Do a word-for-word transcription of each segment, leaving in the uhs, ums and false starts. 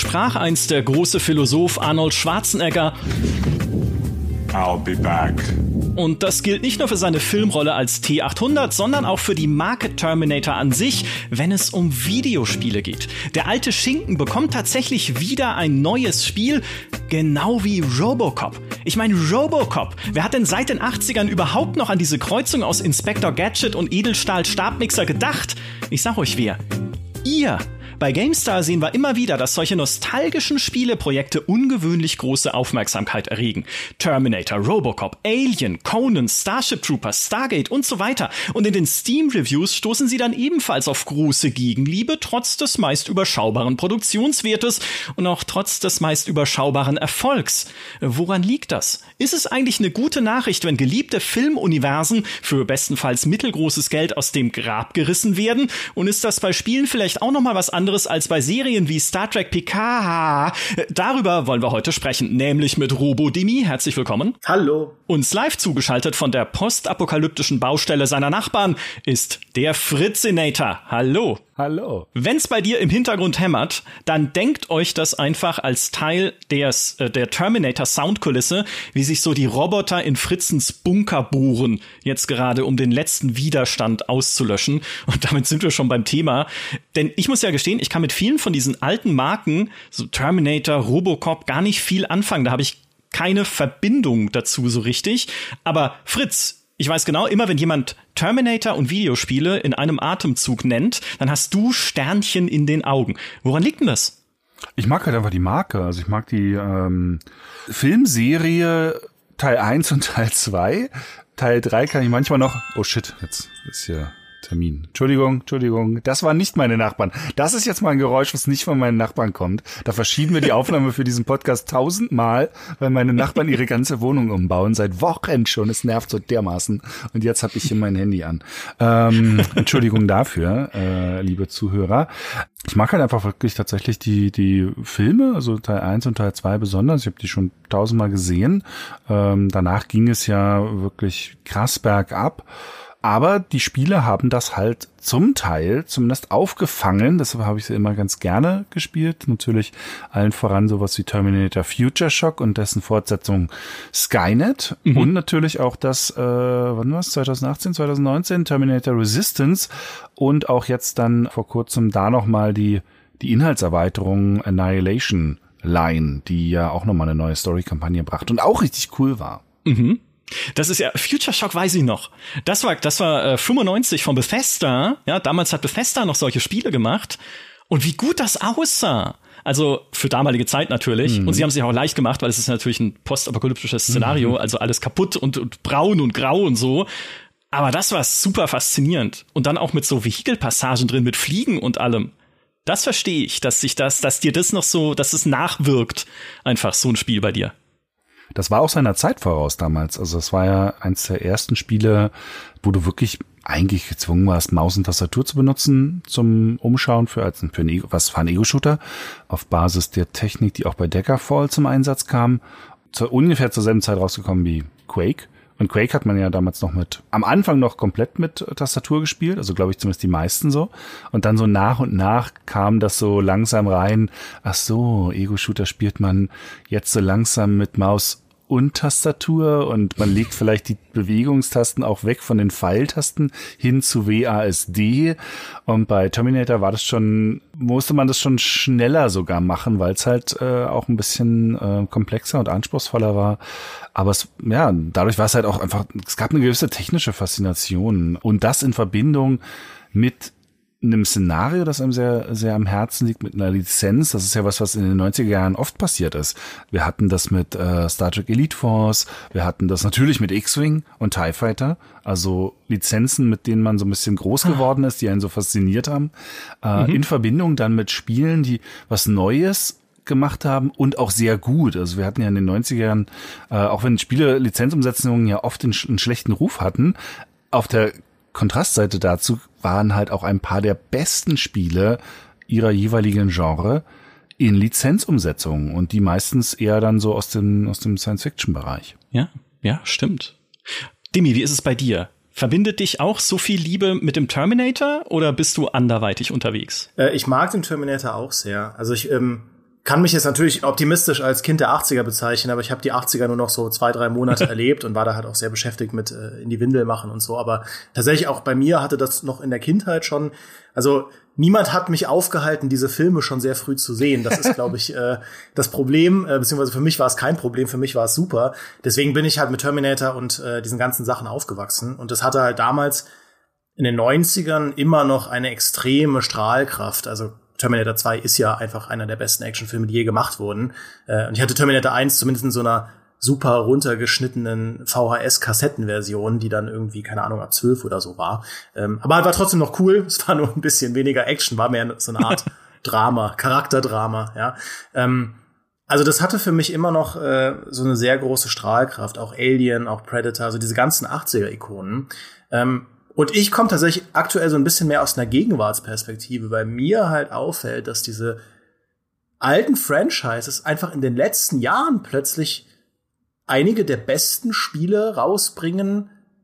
sprach einst der große Philosoph Arnold Schwarzenegger. I'll be back. Und das gilt nicht nur für seine Filmrolle als T achthundert, sondern auch für die Marke Terminator an sich, wenn es um Videospiele geht. Der alte Schinken bekommt tatsächlich wieder ein neues Spiel, genau wie Robocop. Ich meine, Robocop, wer hat denn seit den achtzigern überhaupt noch an diese Kreuzung aus Inspector Gadget und Edelstahl-Stabmixer gedacht? Ich sag euch wer. Ihr. Bei GameStar sehen wir immer wieder, dass solche nostalgischen Spieleprojekte ungewöhnlich große Aufmerksamkeit erregen. Terminator, Robocop, Alien, Conan, Starship Troopers, Stargate und so weiter. Und in den Steam-Reviews stoßen sie dann ebenfalls auf große Gegenliebe, trotz des meist überschaubaren Produktionswertes und auch trotz des meist überschaubaren Erfolgs. Woran liegt das? Ist es eigentlich eine gute Nachricht, wenn geliebte Filmuniversen für bestenfalls mittelgroßes Geld aus dem Grab gerissen werden? Und ist das bei Spielen vielleicht auch nochmal was anderes als bei Serien wie Star Trek Picard? Darüber wollen wir heute sprechen, nämlich mit Robodimi. Herzlich willkommen. Hallo. Uns live zugeschaltet von der postapokalyptischen Baustelle seiner Nachbarn ist der Fritzinator. Hallo. Hallo. Wenn's bei dir im Hintergrund hämmert, dann denkt euch das einfach als Teil des, äh, der Terminator-Soundkulisse, wie sich so die Roboter in Fritzens Bunker bohren, jetzt gerade um den letzten Widerstand auszulöschen. Und damit sind wir schon beim Thema. Denn ich muss ja gestehen, ich kann mit vielen von diesen alten Marken, so Terminator, Robocop, gar nicht viel anfangen. Da habe ich keine Verbindung dazu so richtig. Aber Fritz, ich weiß genau, immer wenn jemand Terminator und Videospiele in einem Atemzug nennt, dann hast du Sternchen in den Augen. Woran liegt denn das? Ich mag halt einfach die Marke. Also ich mag die ähm, Filmserie Teil eins und Teil zwei. Teil drei kann ich manchmal noch... Oh shit, jetzt ist hier Termin. Entschuldigung, Entschuldigung. Das waren nicht meine Nachbarn. Das ist jetzt mal ein Geräusch, was nicht von meinen Nachbarn kommt. Da verschieben wir die Aufnahme für diesen Podcast tausendmal, weil meine Nachbarn ihre ganze Wohnung umbauen. Seit Wochen schon. Es nervt so dermaßen. Und jetzt habe ich hier mein Handy an. Ähm, Entschuldigung dafür, äh, liebe Zuhörer. Ich mag halt einfach wirklich tatsächlich die die Filme, also Teil eins und Teil zwei besonders. Ich habe die schon tausendmal gesehen. Ähm, danach ging es ja wirklich krass bergab. Aber die Spiele haben das halt zum Teil zumindest aufgefangen. Deshalb habe ich sie immer ganz gerne gespielt. Natürlich allen voran sowas wie Terminator Future Shock und dessen Fortsetzung Skynet. Mhm. Und natürlich auch das, äh, wann war es? zwanzig achtzehn, zwanzig neunzehn Terminator Resistance. Und auch jetzt dann vor kurzem da nochmal die, die Inhaltserweiterung Annihilation Line, die ja auch nochmal eine neue Story-Kampagne brachte und auch richtig cool war. Mhm. Das ist ja, Future Shock weiß ich noch. Das war, das war äh, fünfundneunzig von Bethesda. Ja, damals hat Bethesda noch solche Spiele gemacht. Und wie gut das aussah. Also für damalige Zeit natürlich. Mhm. Und sie haben sich auch leicht gemacht, weil es ist natürlich ein postapokalyptisches Szenario. Mhm. Also alles kaputt und, und braun und grau und so. Aber das war super faszinierend. Und dann auch mit so Vehikelpassagen drin, mit Fliegen und allem. Das verstehe ich, dass sich das, dass dir das noch so, dass es nachwirkt. Einfach so ein Spiel bei dir. Das war auch seiner Zeit voraus damals. Also es war ja eins der ersten Spiele, wo du wirklich eigentlich gezwungen warst, Maus und Tastatur zu benutzen zum Umschauen für, als für ein, was war ein Ego-Shooter auf Basis der Technik, die auch bei Daggerfall zum Einsatz kam. Zu, ungefähr zur selben Zeit rausgekommen wie Quake. Und Quake hat man ja damals noch mit, am Anfang noch komplett mit Tastatur gespielt, also glaube ich zumindest die meisten so. Und dann so nach und nach kam das so langsam rein, ach so, Ego-Shooter spielt man jetzt so langsam mit Maus und Tastatur und man legt vielleicht die Bewegungstasten auch weg von den Pfeiltasten hin zu W A S D. Und bei Terminator war das schon, musste man das schon schneller sogar machen, weil es halt äh, auch ein bisschen äh, komplexer und anspruchsvoller war. Aber es, ja, dadurch war es halt auch einfach, es gab eine gewisse technische Faszination und das in Verbindung mit einem Szenario, das einem sehr, sehr am Herzen liegt, mit einer Lizenz. Das ist ja was, was in den neunziger Jahren oft passiert ist. Wir hatten das mit äh, Star Trek Elite Force, wir hatten das natürlich mit X-Wing und TIE Fighter, also Lizenzen, mit denen man so ein bisschen groß geworden ist, die einen so fasziniert haben, äh, mhm. in Verbindung dann mit Spielen, die was Neues gemacht haben und auch sehr gut. Also wir hatten ja in den neunziger Jahren, äh, auch wenn Spiele Lizenzumsetzungen ja oft einen, einen schlechten Ruf hatten, auf der Kontrastseite dazu waren halt auch ein paar der besten Spiele ihrer jeweiligen Genre in Lizenzumsetzungen und die meistens eher dann so aus dem aus dem Science-Fiction-Bereich. Ja, ja, stimmt. Dimi, wie ist es bei dir? Verbindet dich auch so viel Liebe mit dem Terminator oder bist du anderweitig unterwegs? Äh, ich mag den Terminator auch sehr. Also ich ähm, kann mich jetzt natürlich optimistisch als Kind der achtziger bezeichnen, aber ich habe die achtziger nur noch so zwei, drei Monate erlebt und war da halt auch sehr beschäftigt mit äh, in die Windel machen und so. Aber tatsächlich auch bei mir hatte das noch in der Kindheit schon, also niemand hat mich aufgehalten, diese Filme schon sehr früh zu sehen. Das ist, glaube ich, äh, das Problem, äh, beziehungsweise für mich war es kein Problem, für mich war es super. Deswegen bin ich halt mit Terminator und äh, diesen ganzen Sachen aufgewachsen. Und das hatte halt damals in den neunzigern immer noch eine extreme Strahlkraft. Also Terminator zwei ist ja einfach einer der besten Actionfilme, die je gemacht wurden. Äh, und ich hatte Terminator eins zumindest in so einer super runtergeschnittenen V H S-Kassettenversion, die dann irgendwie, keine Ahnung, ab zwölf oder so war. Ähm, aber war trotzdem noch cool. Es war nur ein bisschen weniger Action, war mehr so eine Art Drama, Charakterdrama, ja. Ähm, also das hatte für mich immer noch äh, so eine sehr große Strahlkraft. Auch Alien, auch Predator, also diese ganzen achtziger-Ikonen. Ähm, Und ich komme tatsächlich aktuell so ein bisschen mehr aus einer Gegenwartsperspektive, weil mir halt auffällt, dass diese alten Franchises einfach in den letzten Jahren plötzlich einige der besten Spiele rausbringen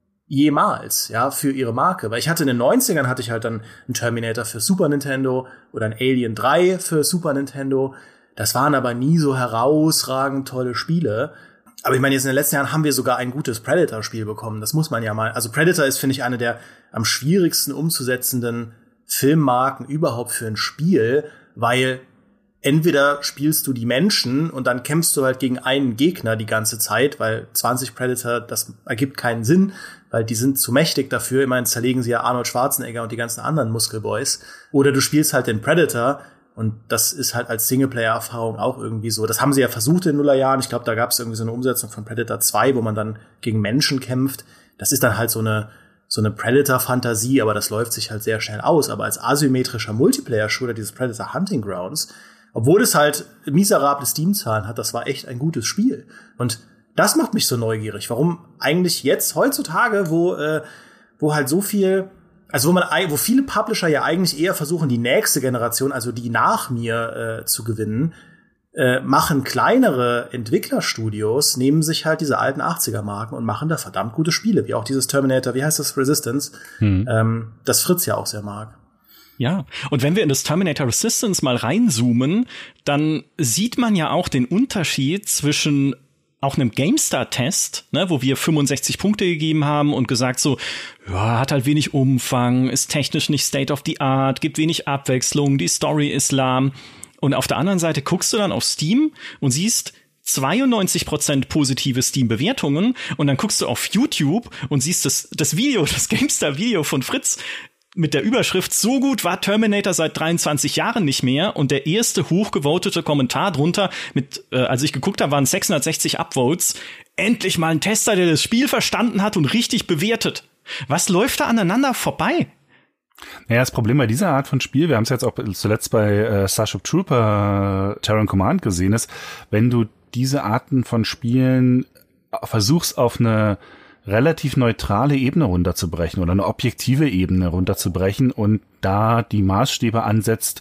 jemals, ja, für ihre Marke. Weil ich hatte in den neunzigern hatte ich halt dann einen Terminator für Super Nintendo oder ein Alien drei für Super Nintendo. Das waren aber nie so herausragend tolle Spiele. Aber ich meine, jetzt in den letzten Jahren haben wir sogar ein gutes Predator-Spiel bekommen. Das muss man ja mal. Also Predator ist, finde ich, eine der am schwierigsten umzusetzenden Filmmarken überhaupt für ein Spiel, weil entweder spielst du die Menschen und dann kämpfst du halt gegen einen Gegner die ganze Zeit, weil zwanzig Predator, das ergibt keinen Sinn, weil die sind zu mächtig dafür. Immerhin zerlegen sie ja Arnold Schwarzenegger und die ganzen anderen Muskelboys. Oder du spielst halt den Predator. Und das ist halt als Singleplayer-Erfahrung auch irgendwie so. Das haben sie ja versucht in den Nullerjahren. Ich glaube, da gab es irgendwie so eine Umsetzung von Predator zwei, wo man dann gegen Menschen kämpft. Das ist dann halt so eine so eine Predator-Fantasie, aber das läuft sich halt sehr schnell aus. Aber als asymmetrischer Multiplayer-Shooter, dieses Predator Hunting Grounds, obwohl es halt miserable Steam-Zahlen hat, das war echt ein gutes Spiel. Und das macht mich so neugierig. Warum eigentlich jetzt, heutzutage, wo äh, wo halt so viel Also wo man, wo viele Publisher ja eigentlich eher versuchen, die nächste Generation, also die nach mir, äh, zu gewinnen, äh, machen kleinere Entwicklerstudios, nehmen sich halt diese alten achtziger-Marken und machen da verdammt gute Spiele, wie auch dieses Terminator, wie heißt das, Resistance, hm. ähm, das Fritz ja auch sehr mag. Ja, und wenn wir in das Terminator Resistance mal reinzoomen, dann sieht man ja auch den Unterschied zwischen auch einem GameStar-Test, ne, wo wir fünfundsechzig Punkte gegeben haben und gesagt so, ja, hat halt wenig Umfang, ist technisch nicht State of the Art, gibt wenig Abwechslung, die Story ist lahm. Und auf der anderen Seite guckst du dann auf Steam und siehst zweiundneunzig Prozent positive Steam-Bewertungen und dann guckst du auf YouTube und siehst das, das Video, das GameStar-Video von Fritz mit der Überschrift, so gut war Terminator seit dreiundzwanzig Jahren nicht mehr, und der erste hochgevotete Kommentar drunter mit, äh, als ich geguckt habe, waren sechshundertsechzig Upvotes. Endlich mal ein Tester, der das Spiel verstanden hat und richtig bewertet. Was läuft da aneinander vorbei? Naja, das Problem bei dieser Art von Spiel, wir haben es jetzt auch zuletzt bei äh, Starship Trooper Terran Command gesehen, ist, wenn du diese Arten von Spielen versuchst auf eine relativ neutrale Ebene runterzubrechen oder eine objektive Ebene runterzubrechen und da die Maßstäbe ansetzt,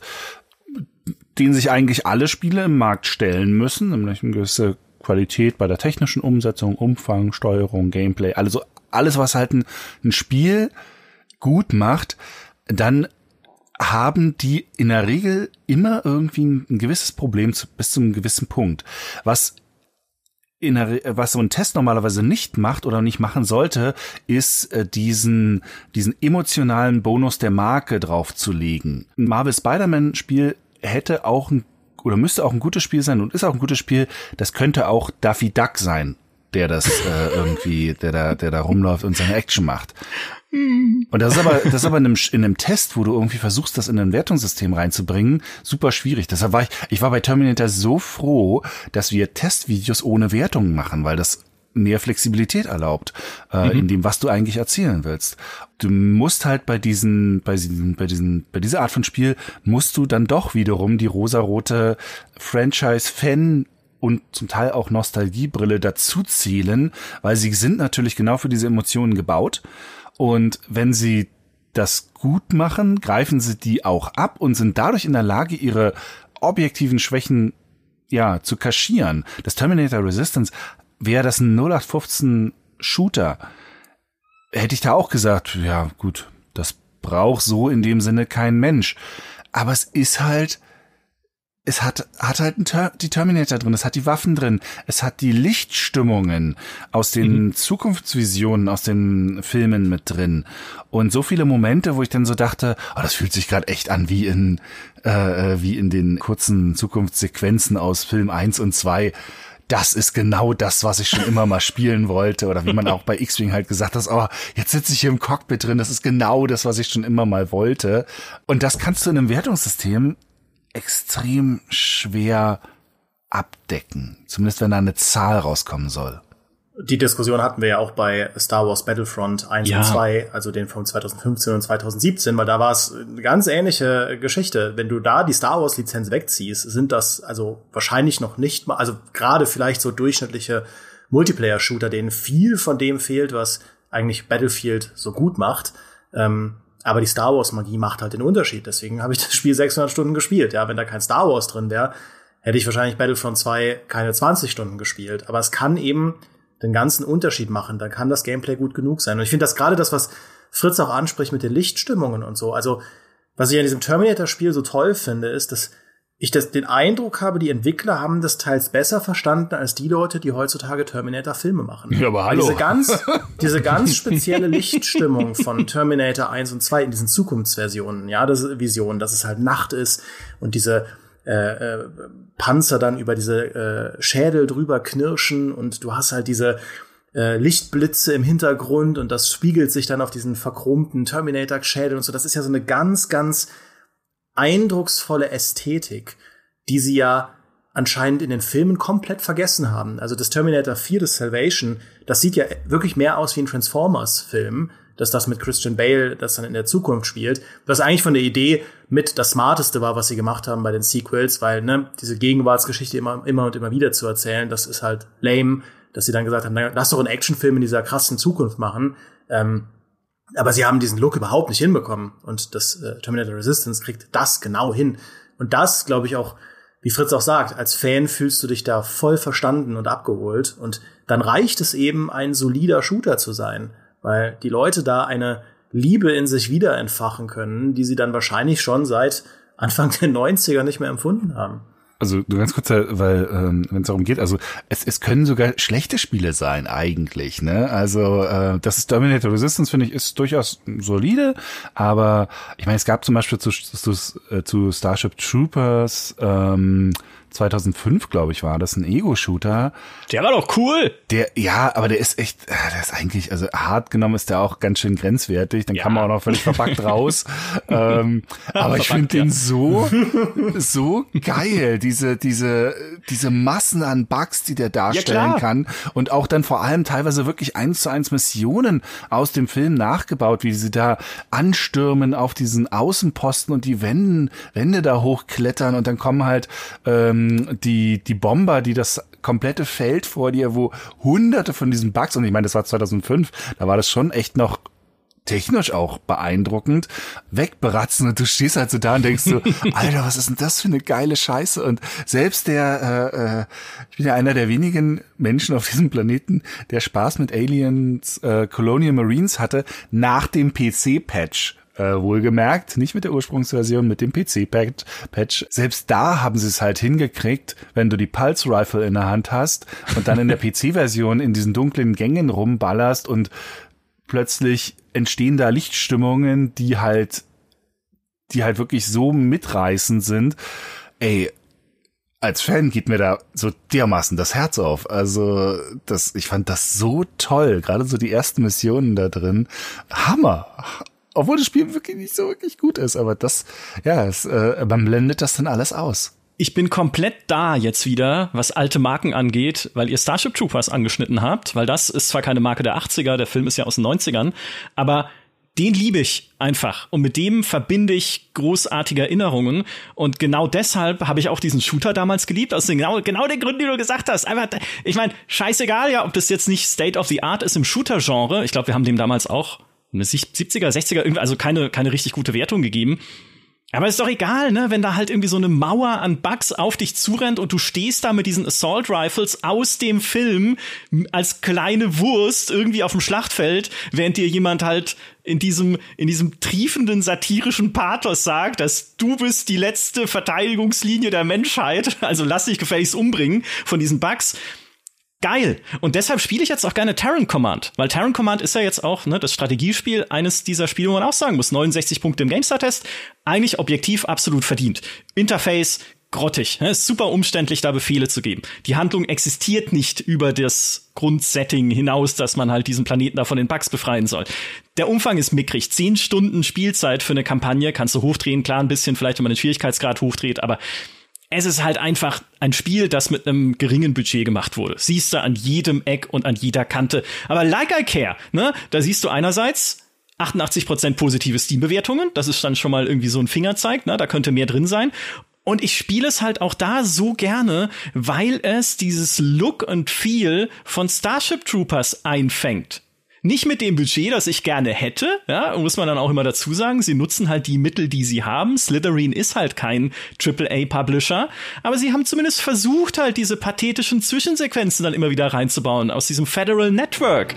denen sich eigentlich alle Spiele im Markt stellen müssen, nämlich eine gewisse Qualität bei der technischen Umsetzung, Umfang, Steuerung, Gameplay, also alles, was halt ein, ein Spiel gut macht, dann haben die in der Regel immer irgendwie ein, ein gewisses Problem zu, bis zu einem gewissen Punkt. Was in der, was so ein Test normalerweise nicht macht oder nicht machen sollte, ist äh, diesen diesen emotionalen Bonus der Marke draufzulegen. Ein Marvel Spider-Man-Spiel hätte auch ein oder müsste auch ein gutes Spiel sein und ist auch ein gutes Spiel. Das könnte auch Daffy Duck sein, der das äh, irgendwie, der da, der da rumläuft und seine Action macht. Und das ist aber, das ist aber in einem, in einem Test, wo du irgendwie versuchst, das in ein Wertungssystem reinzubringen, super schwierig. Deshalb war ich, ich war bei Terminator so froh, dass wir Testvideos ohne Wertungen machen, weil das mehr Flexibilität erlaubt, äh, mhm. in dem, was du eigentlich erzählen willst. Du musst halt bei diesen, bei diesen, bei diesen, bei dieser Art von Spiel musst du dann doch wiederum die rosarote Franchise-Fan und zum Teil auch Nostalgiebrille dazu zählen, weil sie sind natürlich genau für diese Emotionen gebaut. Und wenn sie das gut machen, greifen sie die auch ab und sind dadurch in der Lage, ihre objektiven Schwächen ja zu kaschieren. Das Terminator Resistance wäre das ein null acht fünfzehn Shooter. Hätte ich da auch gesagt, ja gut, das braucht so in dem Sinne kein Mensch. Aber es ist halt es hat, hat halt ein Ter- die Terminator drin, es hat die Waffen drin, es hat die Lichtstimmungen aus den mhm. Zukunftsvisionen, aus den Filmen mit drin. Und so viele Momente, wo ich dann so dachte, oh, das fühlt sich gerade echt an wie in, äh, wie in den kurzen Zukunftssequenzen aus Film eins und zwei. Das ist genau das, was ich schon immer mal spielen wollte. Oder wie man auch bei X-Wing halt gesagt hat, oh, jetzt sitze ich hier im Cockpit drin, das ist genau das, was ich schon immer mal wollte. Und das kannst du in einem Wertungssystem extrem schwer abdecken. Zumindest wenn da eine Zahl rauskommen soll. Die Diskussion hatten wir ja auch bei Star Wars Battlefront eins ja. und zwei, also den von zwanzig fünfzehn und zwanzig siebzehn, weil da war es eine ganz ähnliche Geschichte. Wenn du da die Star Wars Lizenz wegziehst, sind das also wahrscheinlich noch nicht mal, also gerade vielleicht so durchschnittliche Multiplayer-Shooter, denen viel von dem fehlt, was eigentlich Battlefield so gut macht. Ähm, aber die Star Wars Magie macht halt den Unterschied. Deswegen habe ich das Spiel sechshundert Stunden gespielt. Ja, wenn da kein Star Wars drin wäre, hätte ich wahrscheinlich Battlefront zwei keine zwanzig Stunden gespielt. Aber es kann eben den ganzen Unterschied machen, dann kann das Gameplay gut genug sein. Und ich finde das gerade das, was Fritz auch anspricht mit den Lichtstimmungen und so. Also, was ich an diesem Terminator-Spiel so toll finde, ist, dass ich das, den Eindruck habe, die Entwickler haben das teils besser verstanden als die Leute, die heutzutage Terminator-Filme machen. Ja, aber hallo. Weil diese ganz, diese ganz spezielle Lichtstimmung von Terminator eins und zwei in diesen Zukunftsversionen, ja, das ist Vision, dass es halt Nacht ist und diese Äh, äh, Panzer dann über diese äh, Schädel drüber knirschen und du hast halt diese äh, Lichtblitze im Hintergrund und das spiegelt sich dann auf diesen verchromten Terminator-Schädel und so. Das ist ja so eine ganz, ganz eindrucksvolle Ästhetik, die sie ja anscheinend in den Filmen komplett vergessen haben. Also das Terminator vier, das Salvation, das sieht ja wirklich mehr aus wie ein Transformers-Film, dass das mit Christian Bale, das dann in der Zukunft spielt, was eigentlich von der Idee mit das Smarteste war, was sie gemacht haben bei den Sequels, weil ne diese Gegenwartsgeschichte immer immer und immer wieder zu erzählen, das ist halt lame, dass sie dann gesagt haben, na, lass doch einen Actionfilm in dieser krassen Zukunft machen. Ähm, aber sie haben diesen Look überhaupt nicht hinbekommen und das äh, Terminator Resistance kriegt das genau hin. Und das, glaube ich, auch, wie Fritz auch sagt, als Fan fühlst du dich da voll verstanden und abgeholt und dann reicht es eben, ein solider Shooter zu sein, weil die Leute da eine Liebe in sich wieder entfachen können, die sie dann wahrscheinlich schon seit Anfang der neunziger nicht mehr empfunden haben. Also nur ganz kurz, weil ähm, wenn es darum geht, also es, es können sogar schlechte Spiele sein eigentlich, ne? Also äh, das ist Terminator Resistance, finde ich, ist durchaus solide, aber ich meine, es gab zum Beispiel zu, zu, zu Starship Troopers ähm, zweitausendfünf, glaube ich, war das ein Ego-Shooter. Der war doch cool. Der, ja, aber der ist echt, der ist eigentlich, also hart genommen ist der auch ganz schön grenzwertig. Dann ja. kann man auch noch völlig verpackt raus. ähm, aber ich finde ja. den so, so geil. Diese, diese, diese Massen an Bugs, die der darstellen ja, kann. Und auch dann vor allem teilweise wirklich eins zu eins Missionen aus dem Film nachgebaut, wie sie da anstürmen auf diesen Außenposten und die Wände, Wände da hochklettern und dann kommen halt, ähm, die die Bomber, die das komplette Feld vor dir, wo hunderte von diesen Bugs, und ich meine, das war zweitausendfünf, da war das schon echt noch technisch auch beeindruckend, wegberatzen und du stehst halt so da und denkst so, Alter, was ist denn das für eine geile Scheiße? Und selbst der, äh, äh, ich bin ja einer der wenigen Menschen auf diesem Planeten, der Spaß mit Aliens äh, Colonial Marines hatte, nach dem P C-Patch. Äh, wohlgemerkt, nicht mit der Ursprungsversion, mit dem P C-Patch. Selbst da haben sie es halt hingekriegt, wenn du die Pulse Rifle in der Hand hast und dann in der P C-Version in diesen dunklen Gängen rumballerst und plötzlich entstehen da Lichtstimmungen, die halt, die halt wirklich so mitreißend sind. Ey, als Fan geht mir da so dermaßen das Herz auf. Also, das, ich fand das so toll. Gerade so die ersten Missionen da drin. Hammer. Obwohl das Spiel wirklich nicht so wirklich gut ist, aber das, ja, es, äh, man blendet das dann alles aus. Ich bin komplett da jetzt wieder, was alte Marken angeht, weil ihr Starship Troopers angeschnitten habt, weil das ist zwar keine Marke der achtziger, der Film ist ja aus den neunzigern, aber den liebe ich einfach und mit dem verbinde ich großartige Erinnerungen und genau deshalb habe ich auch diesen Shooter damals geliebt, aus den genau, genau den Gründen, die du gesagt hast. Einfach, ich meine, scheißegal, ja, ob das jetzt nicht State of the Art ist im Shooter-Genre, ich glaube, wir haben dem damals auch eine siebziger, sechziger, irgendwie, also keine, keine richtig gute Wertung gegeben. Aber ist doch egal, ne, wenn da halt irgendwie so eine Mauer an Bugs auf dich zurennt und du stehst da mit diesen Assault Rifles aus dem Film als kleine Wurst irgendwie auf dem Schlachtfeld, während dir jemand halt in diesem, in diesem triefenden satirischen Pathos sagt, dass du bist die letzte Verteidigungslinie der Menschheit, also lass dich gefälligst umbringen von diesen Bugs. Geil. Und deshalb spiele ich jetzt auch gerne Terran Command, weil Terran Command ist ja jetzt auch, ne, das Strategiespiel, eines dieser Spiele, wo man auch sagen muss, neunundsechzig Punkte im GameStar-Test, eigentlich objektiv absolut verdient. Interface grottig, ne, ist super umständlich, da Befehle zu geben. Die Handlung existiert nicht über das Grundsetting hinaus, dass man halt diesen Planeten da von den Bugs befreien soll. Der Umfang ist mickrig. Zehn Stunden Spielzeit für eine Kampagne kannst du hochdrehen, klar ein bisschen, vielleicht wenn man den Schwierigkeitsgrad hochdreht, aber es ist halt einfach ein Spiel, das mit einem geringen Budget gemacht wurde. Siehst du an jedem Eck und an jeder Kante. Aber like I care, ne? Da siehst du einerseits achtundachtzig Prozent positive Steam-Bewertungen. Das ist dann schon mal irgendwie so ein Fingerzeig, ne? Da könnte mehr drin sein. Und ich spiele es halt auch da so gerne, weil es dieses Look and Feel von Starship Troopers einfängt. Nicht mit dem Budget, das ich gerne hätte, ja, muss man dann auch immer dazu sagen. Sie nutzen halt die Mittel, die sie haben. Slitherine ist halt kein Triple A Publisher, aber sie haben zumindest versucht, halt diese pathetischen Zwischensequenzen dann immer wieder reinzubauen aus diesem Federal Network.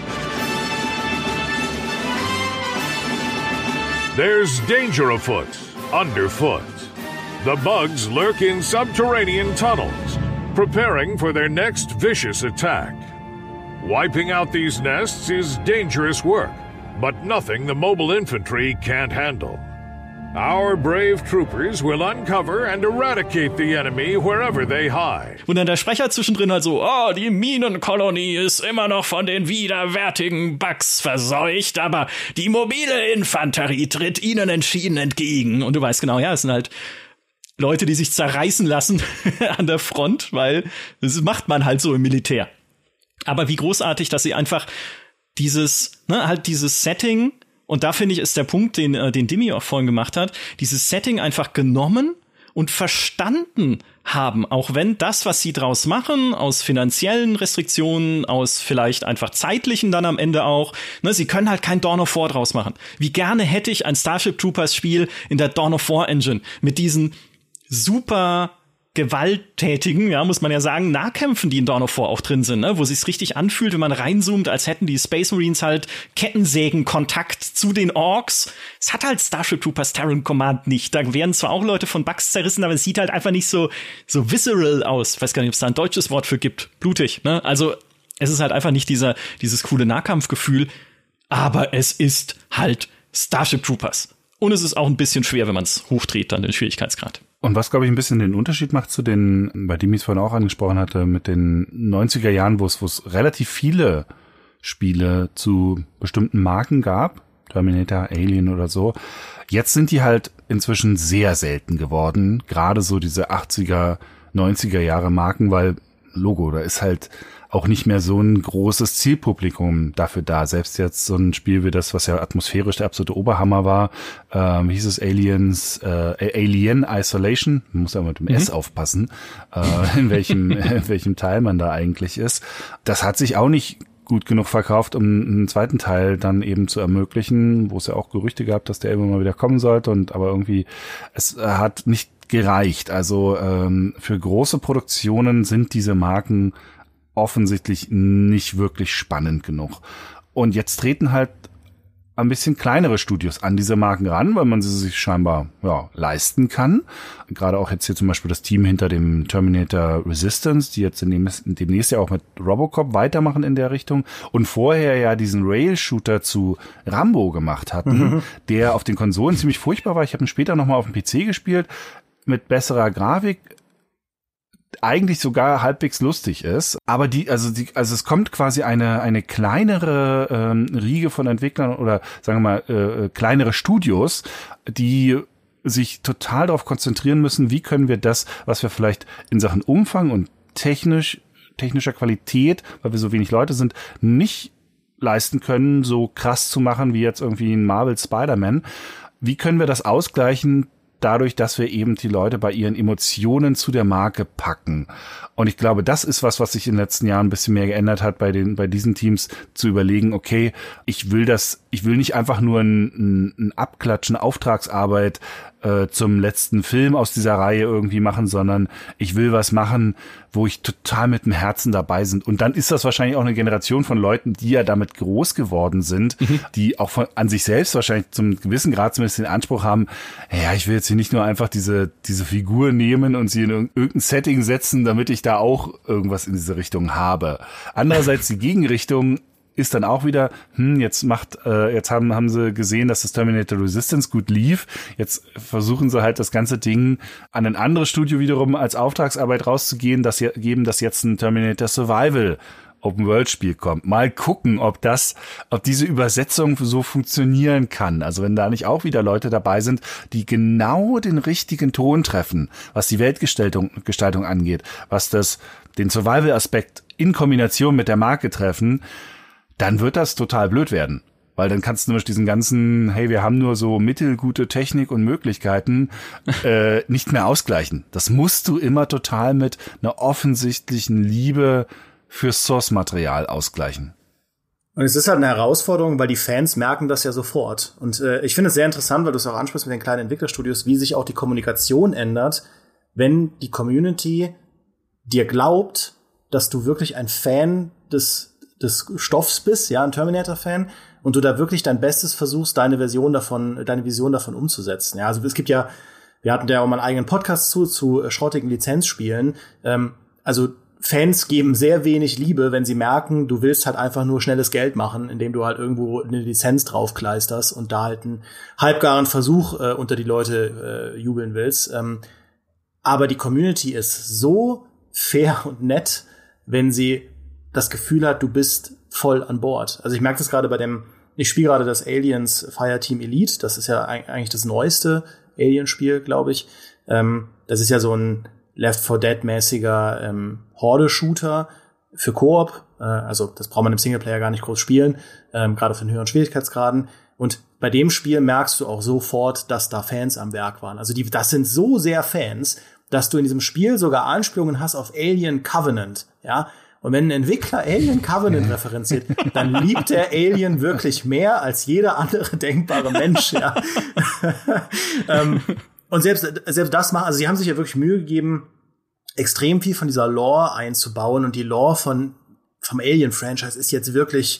There's danger afoot, underfoot. The bugs lurk in subterranean tunnels, preparing for their next vicious attack. Wiping out these nests is dangerous work, but nothing the mobile infantry can't handle. Our brave troopers will uncover and eradicate the enemy wherever they hide. Und dann der Sprecher zwischendrin halt so, oh, die Minenkolonie ist immer noch von den widerwärtigen Bugs verseucht, aber die mobile Infanterie tritt ihnen entschieden entgegen. Und du weißt genau, ja, es sind halt Leute, die sich zerreißen lassen an der Front, weil das macht man halt so im Militär. Aber wie großartig, dass sie einfach dieses, ne, halt dieses Setting, und da finde ich, ist der Punkt, den, äh, den Dimi auch vorhin gemacht hat, dieses Setting einfach genommen und verstanden haben, auch wenn das, was sie draus machen, aus finanziellen Restriktionen, aus vielleicht einfach zeitlichen dann am Ende auch, ne, sie können halt kein Dawn of War draus machen. Wie gerne hätte ich ein Starship Troopers Spiel in der Dawn of War Engine mit diesen super gewalttätigen, ja, muss man ja sagen, Nahkämpfen, die in Dawn of War auch drin sind, ne, wo sich's richtig anfühlt, wenn man reinzoomt, als hätten die Space Marines halt Kettensägen-Kontakt zu den Orks. Es hat halt Starship Troopers Terran Command nicht. Da werden zwar auch Leute von Bugs zerrissen, aber es sieht halt einfach nicht so so visceral aus. Ich weiß gar nicht, ob es da ein deutsches Wort für gibt. Blutig, ne? Also, es ist halt einfach nicht dieser dieses coole Nahkampfgefühl, aber es ist halt Starship Troopers. Und es ist auch ein bisschen schwer, wenn man es hochdreht, dann den Schwierigkeitsgrad. Und was, glaube ich, ein bisschen den Unterschied macht zu den, bei dem ich es vorhin auch angesprochen hatte, mit den neunziger Jahren, wo es, wo es relativ viele Spiele zu bestimmten Marken gab, Terminator, Alien oder so. Jetzt sind die halt inzwischen sehr selten geworden, gerade so diese achtziger, neunziger Jahre Marken, weil Logo, da ist halt auch nicht mehr so ein großes Zielpublikum dafür da. Selbst jetzt so ein Spiel wie das, was ja atmosphärisch der absolute Oberhammer war, ähm, hieß es Aliens, äh, Alien Isolation. Man muss ja mit dem mhm. S aufpassen, äh, in welchem, in welchem Teil man da eigentlich ist. Das hat sich auch nicht gut genug verkauft, um einen zweiten Teil dann eben zu ermöglichen, wo es ja auch Gerüchte gab, dass der immer mal wieder kommen sollte, und aber irgendwie, es hat nicht gereicht. Also ähm, für große Produktionen sind diese Marken offensichtlich nicht wirklich spannend genug. Und jetzt treten halt ein bisschen kleinere Studios an diese Marken ran, weil man sie sich scheinbar ja leisten kann. Gerade auch jetzt hier zum Beispiel das Team hinter dem Terminator Resistance, die jetzt demnächst ja auch mit Robocop weitermachen in der Richtung und vorher ja diesen Rail-Shooter zu Rambo gemacht hatten, mhm. der auf den Konsolen ziemlich furchtbar war. Ich habe ihn später nochmal auf dem P C gespielt, mit besserer Grafik, eigentlich sogar halbwegs lustig ist, aber die, also die, also es kommt quasi eine eine kleinere ähm, Riege von Entwicklern oder sagen wir mal äh, kleinere Studios, die sich total darauf konzentrieren müssen, wie können wir das, was wir vielleicht in Sachen Umfang und technisch technischer Qualität, weil wir so wenig Leute sind, nicht leisten können, so krass zu machen wie jetzt irgendwie ein Marvel Spider-Man. Wie können wir das ausgleichen? Dadurch, dass wir eben die Leute bei ihren Emotionen zu der Marke packen. Und ich glaube, das ist was, was sich in den letzten Jahren ein bisschen mehr geändert hat bei den, bei diesen Teams, zu überlegen, okay, ich will das, ich ich will nicht einfach nur ein, ein, ein Abklatschen, Auftragsarbeit äh, zum letzten Film aus dieser Reihe irgendwie machen, sondern ich will was machen, wo ich total mit dem Herzen dabei sind. Und dann ist das wahrscheinlich auch eine Generation von Leuten, die ja damit groß geworden sind, mhm. die auch von, an sich selbst wahrscheinlich zum gewissen Grad zumindest den Anspruch haben, ja, ich will jetzt hier nicht nur einfach diese diese Figur nehmen und sie in irgendein Setting setzen, damit ich da auch irgendwas in diese Richtung habe. Andererseits die Gegenrichtung ist dann auch wieder, hm, jetzt macht, äh, jetzt haben haben sie gesehen, dass das Terminator Resistance gut lief. Jetzt versuchen sie halt das ganze Ding an ein anderes Studio wiederum als Auftragsarbeit rauszugehen, dass sie geben, dass jetzt ein Terminator Survival Open-World-Spiel kommt. Mal gucken, ob das, ob diese Übersetzung so funktionieren kann. Also wenn da nicht auch wieder Leute dabei sind, die genau den richtigen Ton treffen, was die Weltgestaltung Gestaltung angeht, was das, den Survival-Aspekt in Kombination mit der Marke treffen, dann wird das total blöd werden. Weil dann kannst du nämlich diesen ganzen, hey, wir haben nur so mittelgute Technik und Möglichkeiten, äh, nicht mehr ausgleichen. Das musst du immer total mit einer offensichtlichen Liebe fürs Source-Material ausgleichen. Und es ist halt eine Herausforderung, weil die Fans merken das ja sofort. Und äh, ich finde es sehr interessant, weil du es auch ansprichst mit den kleinen Entwicklerstudios, wie sich auch die Kommunikation ändert, wenn die Community dir glaubt, dass du wirklich ein Fan des des Stoffs bist, ja, ein Terminator-Fan, und du da wirklich dein Bestes versuchst, deine Version davon, deine Vision davon umzusetzen. Ja, also es gibt ja, wir hatten ja auch mal einen eigenen Podcast zu, zu schrottigen Lizenzspielen. Ähm, also Fans geben sehr wenig Liebe, wenn sie merken, du willst halt einfach nur schnelles Geld machen, indem du halt irgendwo eine Lizenz draufkleisterst und da halt einen halbgaren Versuch äh, unter die Leute äh, jubeln willst. Ähm, aber die Community ist so fair und nett, wenn sie das Gefühl hat, du bist voll an Bord. Also ich merke das gerade bei dem, ich spiele gerade das Aliens Fireteam Elite, das ist ja eigentlich das neueste Alien-Spiel, glaube ich. Ähm, das ist ja so ein Left four Dead-mäßiger ähm, Horde-Shooter für Koop. Äh, also das braucht man im Singleplayer gar nicht groß spielen, ähm, gerade für den höheren Schwierigkeitsgraden. Und bei dem Spiel merkst du auch sofort, dass da Fans am Werk waren. Also die, das sind so sehr Fans, dass du in diesem Spiel sogar Anspielungen hast auf Alien Covenant, ja. Und wenn ein Entwickler Alien Covenant referenziert, dann liebt der Alien wirklich mehr als jeder andere denkbare Mensch, ja. ähm, und selbst, selbst das machen, also sie haben sich ja wirklich Mühe gegeben, extrem viel von dieser Lore einzubauen, und die Lore von, vom Alien-Franchise ist jetzt wirklich,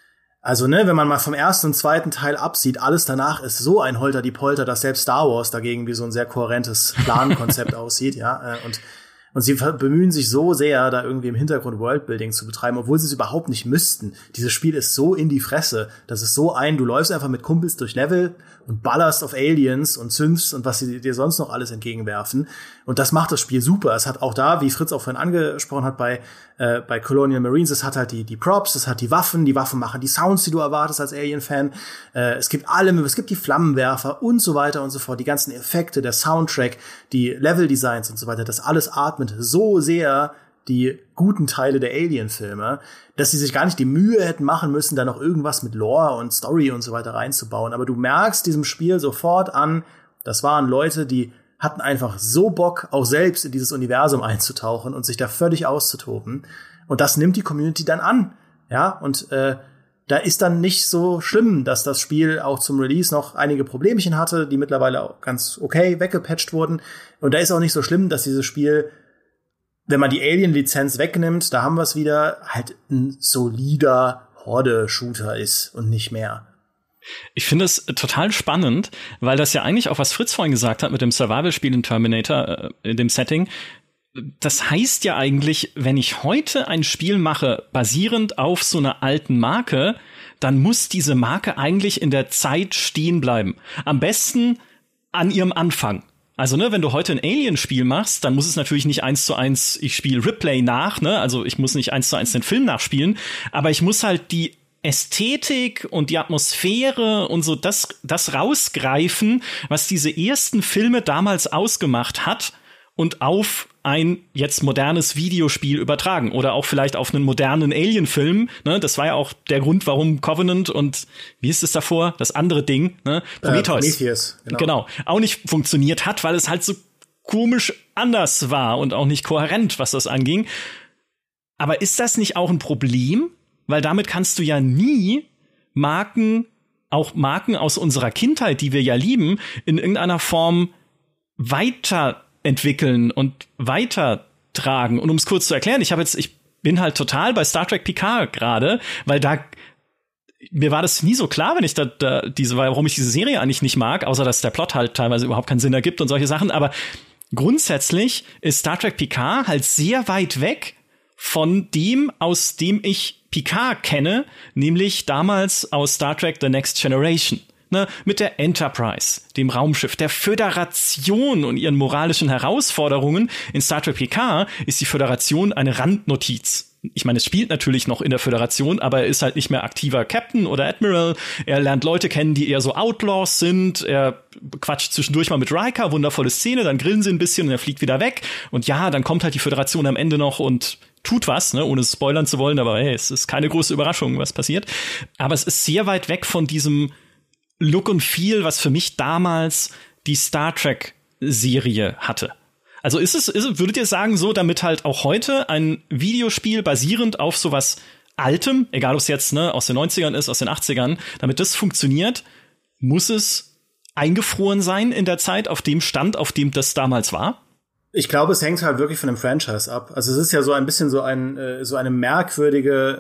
also, ne, wenn man mal vom ersten und zweiten Teil absieht, alles danach ist so ein Holter-die-Polter, dass selbst Star Wars dagegen wie so ein sehr kohärentes Plankonzept aussieht, ja, und Und sie bemühen sich so sehr, da irgendwie im Hintergrund Worldbuilding zu betreiben, obwohl sie es überhaupt nicht müssten. Dieses Spiel ist so in die Fresse. Das ist so ein, du läufst einfach mit Kumpels durch Level und ballerst auf Aliens und zündst und was sie dir sonst noch alles entgegenwerfen. Und das macht das Spiel super. Es hat auch da, wie Fritz auch vorhin angesprochen hat, bei äh, bei Colonial Marines, es hat halt die die Props, es hat die Waffen, die Waffen machen die Sounds, die du erwartest als Alien-Fan. Äh, es gibt alle, es gibt die Flammenwerfer und so weiter und so fort, die ganzen Effekte, der Soundtrack, die Level-Designs und so weiter, das alles atmet so sehr die guten Teile der Alien-Filme, dass sie sich gar nicht die Mühe hätten machen müssen, da noch irgendwas mit Lore und Story und so weiter reinzubauen. Aber du merkst diesem Spiel sofort an, das waren Leute, die hatten einfach so Bock, auch selbst in dieses Universum einzutauchen und sich da völlig auszutoben. Und das nimmt die Community dann an. Ja, und äh, da ist dann nicht so schlimm, dass das Spiel auch zum Release noch einige Problemchen hatte, die mittlerweile auch ganz okay weggepatcht wurden. Und da ist auch nicht so schlimm, dass dieses Spiel, wenn man die Alien-Lizenz wegnimmt, da haben wir es wieder, halt ein solider Horde-Shooter ist und nicht mehr. Ich finde es total spannend, weil das ja eigentlich auch, was Fritz vorhin gesagt hat mit dem Survival-Spiel in Terminator, äh, in dem Setting, das heißt ja eigentlich, wenn ich heute ein Spiel mache, basierend auf so einer alten Marke, dann muss diese Marke eigentlich in der Zeit stehen bleiben. Am besten an ihrem Anfang. Also, ne, wenn du heute ein Alien-Spiel machst, dann muss es natürlich nicht eins zu eins, ich spiele Ripley nach, ne, also ich muss nicht eins zu eins den Film nachspielen, aber ich muss halt die Ästhetik und die Atmosphäre und so das, das rausgreifen, was diese ersten Filme damals ausgemacht hat und auf ein jetzt modernes Videospiel übertragen oder auch vielleicht auf einen modernen Alien-Film. Ne? Das war ja auch der Grund, warum Covenant und wie hieß es davor? Das andere Ding, ne? Prometheus. Äh, Prometheus, genau. Genau, auch nicht funktioniert hat, weil es halt so komisch anders war und auch nicht kohärent, was das anging. Aber ist das nicht auch ein Problem? Weil damit kannst du ja nie Marken auch Marken aus unserer Kindheit, die wir ja lieben, in irgendeiner Form weiterentwickeln und weitertragen. Und um es kurz zu erklären, ich habe jetzt, ich bin halt total bei Star Trek Picard gerade, weil da mir war das nie so klar, wenn ich da, da diese, warum ich diese Serie eigentlich nicht mag, außer dass der Plot halt teilweise überhaupt keinen Sinn ergibt und solche Sachen. Aber grundsätzlich ist Star Trek Picard halt sehr weit weg von dem, aus dem ich Picard kenne, nämlich damals aus Star Trek The Next Generation. Ne, mit der Enterprise, dem Raumschiff, der Föderation und ihren moralischen Herausforderungen. In Star Trek Picard ist die Föderation eine Randnotiz. Ich meine, es spielt natürlich noch in der Föderation, aber er ist halt nicht mehr aktiver Captain oder Admiral. Er lernt Leute kennen, die eher so Outlaws sind. Er quatscht zwischendurch mal mit Riker, wundervolle Szene, dann grillen sie ein bisschen und er fliegt wieder weg. Und ja, dann kommt halt die Föderation am Ende noch und tut was, ne, ohne spoilern zu wollen, aber hey, es ist keine große Überraschung, was passiert. Aber es ist sehr weit weg von diesem Look und Feel, was für mich damals die Star Trek-Serie hatte. Also ist es, ist, würdet ihr sagen, so, damit halt auch heute ein Videospiel basierend auf sowas Altem, egal ob es jetzt ne, aus den neunzigern ist, aus den achtzigern, damit das funktioniert, muss es eingefroren sein in der Zeit, auf dem Stand, auf dem das damals war? Ich glaube, es hängt halt wirklich von dem Franchise ab. Also es ist ja so ein bisschen so ein äh, so eine merkwürdige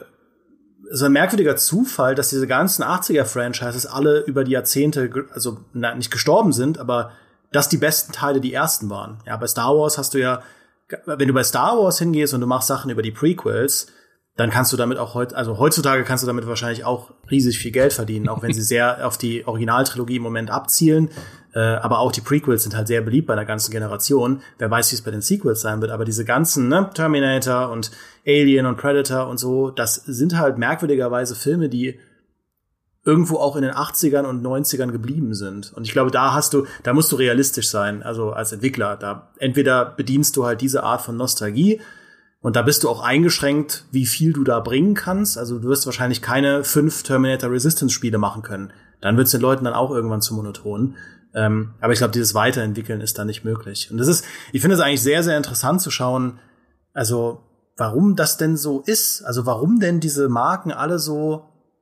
so ein merkwürdiger Zufall, dass diese ganzen achtziger-Franchises alle über die Jahrzehnte, also na, nicht gestorben sind, aber dass die besten Teile die ersten waren. Ja, bei Star Wars hast du ja, wenn du bei Star Wars hingehst und du machst Sachen über die Prequels, dann kannst du damit auch heute, also heutzutage kannst du damit wahrscheinlich auch riesig viel Geld verdienen, auch wenn sie sehr auf die Originaltrilogie im Moment abzielen. Äh, aber auch die Prequels sind halt sehr beliebt bei der ganzen Generation. Wer weiß, wie es bei den Sequels sein wird. Aber diese ganzen, ne, Terminator und Alien und Predator und so, das sind halt merkwürdigerweise Filme, die irgendwo auch in den achtzigern und neunzigern geblieben sind. Und ich glaube, da hast du, da musst du realistisch sein, also als Entwickler. Da entweder bedienst du halt diese Art von Nostalgie und da bist du auch eingeschränkt, wie viel du da bringen kannst. Also du wirst wahrscheinlich keine fünf Terminator Resistance Spiele machen können. Dann wird's den Leuten dann auch irgendwann zu monoton. Ähm, aber ich glaube, dieses Weiterentwickeln ist da nicht möglich. Und das ist, ich finde es eigentlich sehr, sehr interessant zu schauen, also warum das denn so ist. Also warum denn diese Marken alle so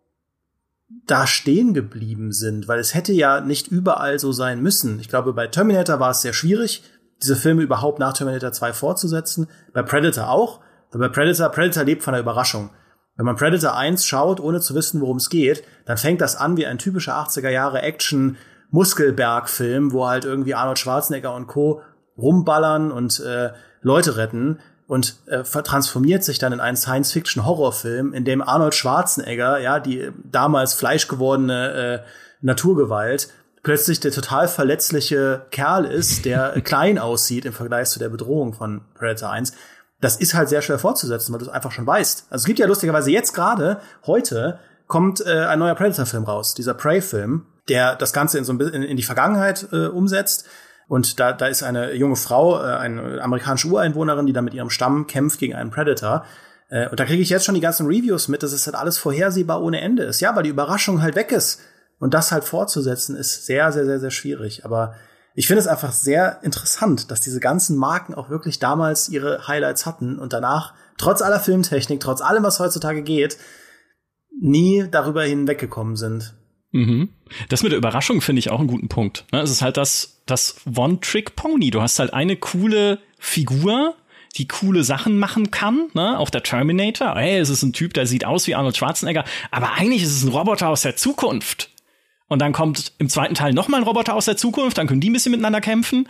da stehen geblieben sind, weil es hätte ja nicht überall so sein müssen. Ich glaube, bei Terminator war es sehr schwierig, diese Filme überhaupt nach Terminator zwei fortzusetzen. Bei Predator auch. Weil bei Predator, Predator lebt von der Überraschung. Wenn man Predator eins schaut, ohne zu wissen, worum es geht, dann fängt das an wie ein typischer achtziger Jahre Action Muskelberg-Film, wo halt irgendwie Arnold Schwarzenegger und Co. rumballern und äh, Leute retten. Und äh, transformiert sich dann in einen Science-Fiction-Horrorfilm, in dem Arnold Schwarzenegger, ja, die damals fleischgewordene äh, Naturgewalt, plötzlich der total verletzliche Kerl ist, der klein aussieht im Vergleich zu der Bedrohung von Predator eins. Das ist halt sehr schwer fortzusetzen, weil du es einfach schon weißt. Also es gibt ja lustigerweise jetzt gerade, heute, kommt äh, ein neuer Predator-Film raus, dieser Prey-Film, der das Ganze in so ein bisschen in die Vergangenheit äh, umsetzt. Und da, da ist eine junge Frau, äh, eine amerikanische Ureinwohnerin, die da mit ihrem Stamm kämpft gegen einen Predator. Äh, und da kriege ich jetzt schon die ganzen Reviews mit, dass es halt alles vorhersehbar ohne Ende ist. Ja, weil die Überraschung halt weg ist. Und das halt fortzusetzen, ist sehr, sehr, sehr, sehr schwierig. Aber ich finde es einfach sehr interessant, dass diese ganzen Marken auch wirklich damals ihre Highlights hatten und danach, trotz aller Filmtechnik, trotz allem, was heutzutage geht, nie darüber hinweggekommen sind. Mhm. Das mit der Überraschung finde ich auch einen guten Punkt. Es ist halt das, das One-Trick-Pony. Du hast halt eine coole Figur, die coole Sachen machen kann, ne? Auch der Terminator. Hey, es ist ein Typ, der sieht aus wie Arnold Schwarzenegger, aber eigentlich ist es ein Roboter aus der Zukunft. Und dann kommt im zweiten Teil noch mal ein Roboter aus der Zukunft, dann können die ein bisschen miteinander kämpfen.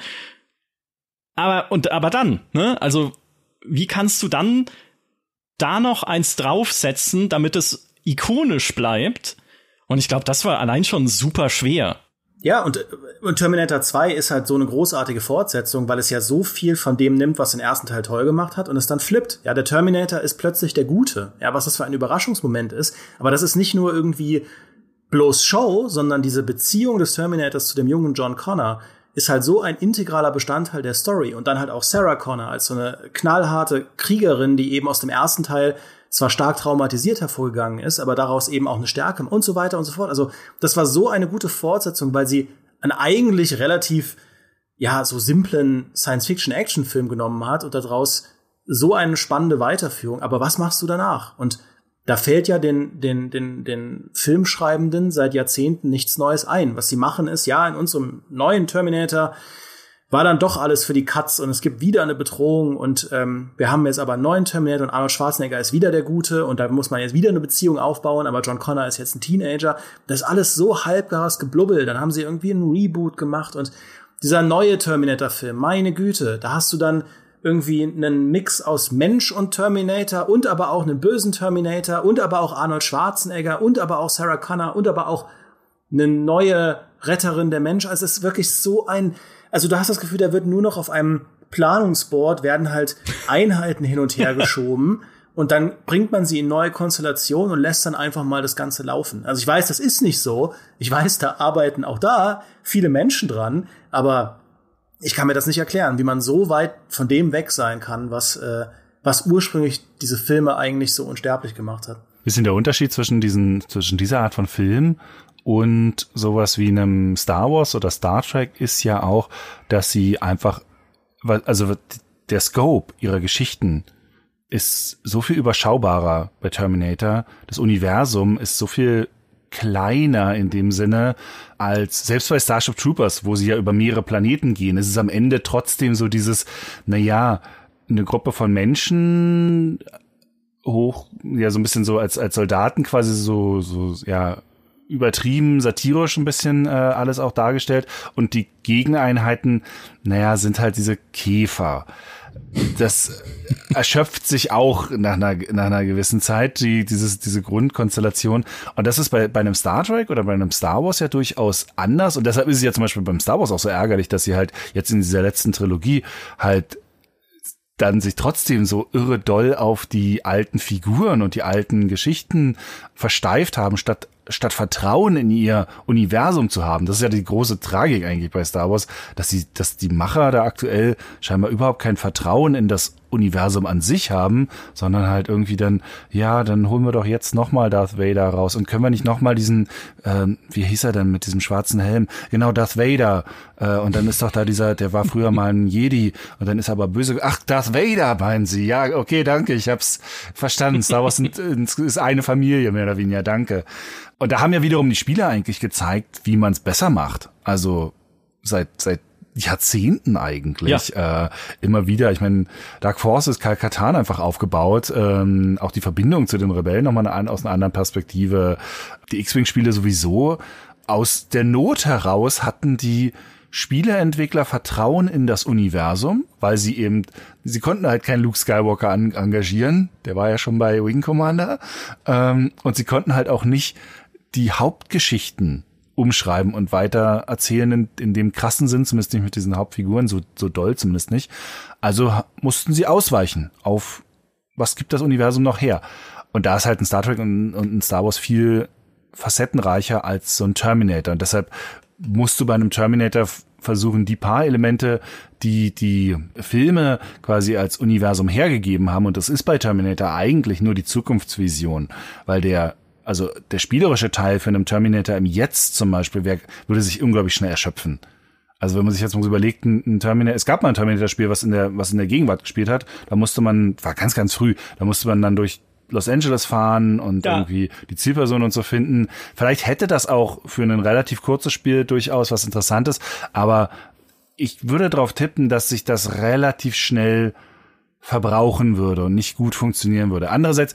Aber, und, aber dann, ne? Also, wie kannst du dann da noch eins draufsetzen, damit es ikonisch bleibt? Und ich glaube, das war allein schon super schwer. Ja, und, und Terminator zwei ist halt so eine großartige Fortsetzung, weil es ja so viel von dem nimmt, was den ersten Teil toll gemacht hat und es dann flippt. Ja, der Terminator ist plötzlich der Gute. Ja, was das für ein Überraschungsmoment ist. Aber das ist nicht nur irgendwie bloß Show, sondern diese Beziehung des Terminators zu dem jungen John Connor ist halt so ein integraler Bestandteil der Story. Und dann halt auch Sarah Connor als so eine knallharte Kriegerin, die eben aus dem ersten Teil zwar stark traumatisiert hervorgegangen ist, aber daraus eben auch eine Stärke und so weiter und so fort. Also das war so eine gute Fortsetzung, weil sie einen eigentlich relativ, ja, so simplen Science-Fiction-Action-Film genommen hat und daraus so eine spannende Weiterführung. Aber was machst du danach? Und da fällt ja den, den, den, den Filmschreibenden seit Jahrzehnten nichts Neues ein. Was sie machen ist, ja, in unserem neuen Terminator war dann doch alles für die Katz und es gibt wieder eine Bedrohung und ähm, wir haben jetzt aber einen neuen Terminator und Arnold Schwarzenegger ist wieder der Gute und da muss man jetzt wieder eine Beziehung aufbauen, aber John Connor ist jetzt ein Teenager. Das ist alles so halbgares Geblubbel. Dann haben sie irgendwie einen Reboot gemacht und dieser neue Terminator-Film, meine Güte, da hast du dann irgendwie einen Mix aus Mensch und Terminator und aber auch einen bösen Terminator und aber auch Arnold Schwarzenegger und aber auch Sarah Connor und aber auch eine neue Retterin der Mensch. Also es ist wirklich so ein, also du hast das Gefühl, da wird nur noch auf einem Planungsboard werden halt Einheiten hin und her geschoben und dann bringt man sie in neue Konstellationen und lässt dann einfach mal das Ganze laufen. Also ich weiß, das ist nicht so. Ich weiß, da arbeiten auch da viele Menschen dran, aber ich kann mir das nicht erklären, wie man so weit von dem weg sein kann, was, äh, was ursprünglich diese Filme eigentlich so unsterblich gemacht hat. Bisschen der Unterschied zwischen diesen, zwischen dieser Art von Film und sowas wie einem Star Wars oder Star Trek ist ja auch, dass sie einfach, also der Scope ihrer Geschichten ist so viel überschaubarer bei Terminator. Das Universum ist so viel kleiner in dem Sinne als selbst bei Starship Troopers, wo sie ja über mehrere Planeten gehen. Es ist am Ende trotzdem so dieses, na ja, eine Gruppe von Menschen hoch, ja, so ein bisschen so als, als Soldaten quasi so, so, ja, übertrieben, satirisch ein bisschen äh, alles auch dargestellt. Und die Gegeneinheiten, naja, sind halt diese Käfer. Das erschöpft sich auch nach einer, nach einer gewissen Zeit, die, dieses, diese Grundkonstellation. Und das ist bei, bei einem Star Trek oder bei einem Star Wars ja durchaus anders. Und deshalb ist es ja zum Beispiel beim Star Wars auch so ärgerlich, dass sie halt jetzt in dieser letzten Trilogie halt dann sich trotzdem so irre doll auf die alten Figuren und die alten Geschichten versteift haben, statt statt Vertrauen in ihr Universum zu haben. Das ist ja die große Tragik eigentlich bei Star Wars, dass sie, dass die Macher da aktuell scheinbar überhaupt kein Vertrauen in das Universum an sich haben, sondern halt irgendwie dann, ja, dann holen wir doch jetzt nochmal Darth Vader raus und können wir nicht nochmal diesen, ähm, wie hieß er denn mit diesem schwarzen Helm? Genau, Darth Vader. Äh, und dann ist doch da dieser, der war früher mal ein Jedi und dann ist er aber böse. Ach, Darth Vader meinen Sie? Ja, okay, danke, ich hab's verstanden. Star Wars sind, ist eine Familie, mehr oder weniger, danke. Und da haben ja wiederum die Spieler eigentlich gezeigt, wie man es besser macht. Also seit seit Jahrzehnten eigentlich. Ja. Äh, immer wieder, ich meine, Dark Forces, Kal Katarn einfach aufgebaut. Ähm, auch die Verbindung zu den Rebellen nochmal eine, aus einer anderen Perspektive. Die X-Wing-Spiele sowieso. Aus der Not heraus hatten die Spieleentwickler Vertrauen in das Universum, weil sie eben, sie konnten halt keinen Luke Skywalker an, engagieren. Der war ja schon bei Wing Commander. Ähm, und sie konnten halt auch nicht die Hauptgeschichten umschreiben und weiter erzählen in, in dem krassen Sinn, zumindest nicht mit diesen Hauptfiguren, so, so doll zumindest nicht. Also mussten sie ausweichen auf, was gibt das Universum noch her? Und da ist halt ein Star Trek und, und ein Star Wars viel facettenreicher als so ein Terminator. Und deshalb musst du bei einem Terminator versuchen, die paar Elemente, die die Filme quasi als Universum hergegeben haben, und das ist bei Terminator eigentlich nur die Zukunftsvision, weil der Also der spielerische Teil für einen Terminator im Jetzt zum Beispiel wär, würde sich unglaublich schnell erschöpfen. Also wenn man sich jetzt mal so überlegt, ein Terminator, es gab mal ein Terminator-Spiel, was in der was in der Gegenwart gespielt hat, da musste man, war ganz, ganz früh, da musste man dann durch Los Angeles fahren und ja. irgendwie die Zielperson und so finden. Vielleicht hätte das auch für ein relativ kurzes Spiel durchaus was Interessantes, aber ich würde darauf tippen, dass sich das relativ schnell verbrauchen würde und nicht gut funktionieren würde. Andererseits,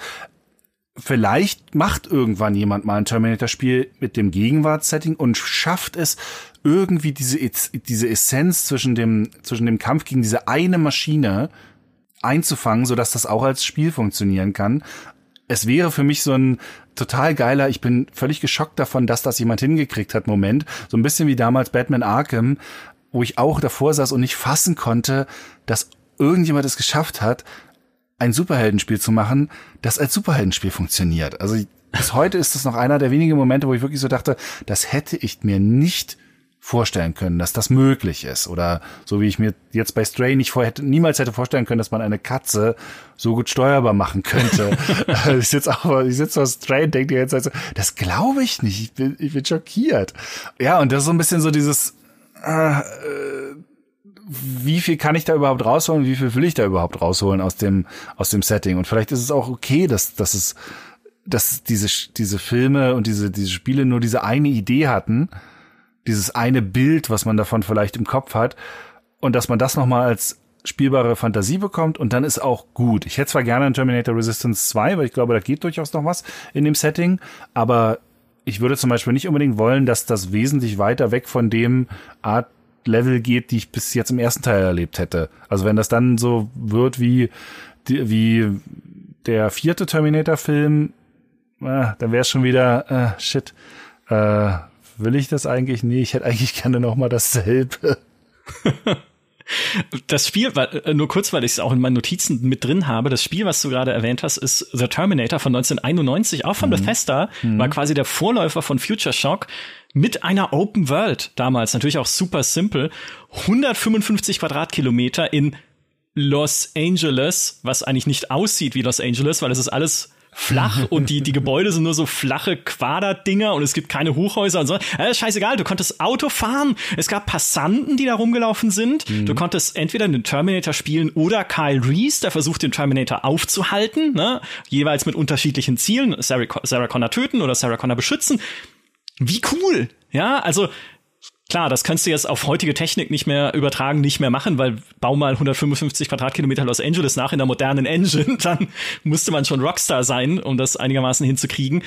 vielleicht macht irgendwann jemand mal ein Terminator-Spiel mit dem Gegenwartssetting und schafft es, irgendwie diese, diese Essenz zwischen dem, zwischen dem Kampf gegen diese eine Maschine einzufangen, sodass das auch als Spiel funktionieren kann. Es wäre für mich so ein total geiler, ich bin völlig geschockt davon, dass das jemand hingekriegt hat, Moment. So ein bisschen wie damals Batman Arkham, wo ich auch davor saß und nicht fassen konnte, dass irgendjemand es geschafft hat, ein Superheldenspiel zu machen, das als Superheldenspiel funktioniert. Also bis heute ist das noch einer der wenigen Momente, wo ich wirklich so dachte, das hätte ich mir nicht vorstellen können, dass das möglich ist. Oder so wie ich mir jetzt bei Stray nicht vor, hätte, niemals hätte vorstellen können, dass man eine Katze so gut steuerbar machen könnte. ich sitze auch, ich sitze auf Stray und denke die ganze Zeit so, das glaube ich nicht. Ich bin, ich bin schockiert. Ja, und das ist so ein bisschen so dieses, äh, wie viel kann ich da überhaupt rausholen? Wie viel will ich da überhaupt rausholen aus dem, aus dem Setting? Und vielleicht ist es auch okay, dass, dass es, dass diese, diese Filme und diese, diese Spiele nur diese eine Idee hatten, dieses eine Bild, was man davon vielleicht im Kopf hat, und dass man das nochmal als spielbare Fantasie bekommt und dann ist auch gut. Ich hätte zwar gerne einen Terminator Resistance zwei, weil ich glaube, da geht durchaus noch was in dem Setting, aber ich würde zum Beispiel nicht unbedingt wollen, dass das wesentlich weiter weg von dem Art Level geht, die ich bis jetzt im ersten Teil erlebt hätte. Also wenn das dann so wird wie, die, wie der vierte Terminator-Film, äh, dann wäre es schon wieder, äh, shit, äh, will ich das eigentlich? Nee, ich hätte eigentlich gerne noch mal dasselbe. Das Spiel, nur kurz, weil ich es auch in meinen Notizen mit drin habe, das Spiel, was du gerade erwähnt hast, ist The Terminator von neunzehnhunderteinundneunzig, auch von mhm. Bethesda, mhm. war quasi der Vorläufer von Future Shock mit einer Open World damals, natürlich auch super simpel, hundertfünfundfünfzig Quadratkilometer in Los Angeles, was eigentlich nicht aussieht wie Los Angeles, weil es ist alles flach und die die Gebäude sind nur so flache Quaderdinger und es gibt keine Hochhäuser und so. Äh, scheißegal, du konntest Auto fahren. Es gab Passanten, die da rumgelaufen sind. Mhm. Du konntest entweder den Terminator spielen oder Kyle Reese, der versucht, den Terminator aufzuhalten, ne? Jeweils mit unterschiedlichen Zielen. Sarah, Sarah Connor töten oder Sarah Connor beschützen. Wie cool! Ja, also klar, das kannst du jetzt auf heutige Technik nicht mehr übertragen, nicht mehr machen, weil bau mal hundertfünfundfünfzig Quadratkilometer Los Angeles nach in der modernen Engine, dann musste man schon Rockstar sein, um das einigermaßen hinzukriegen.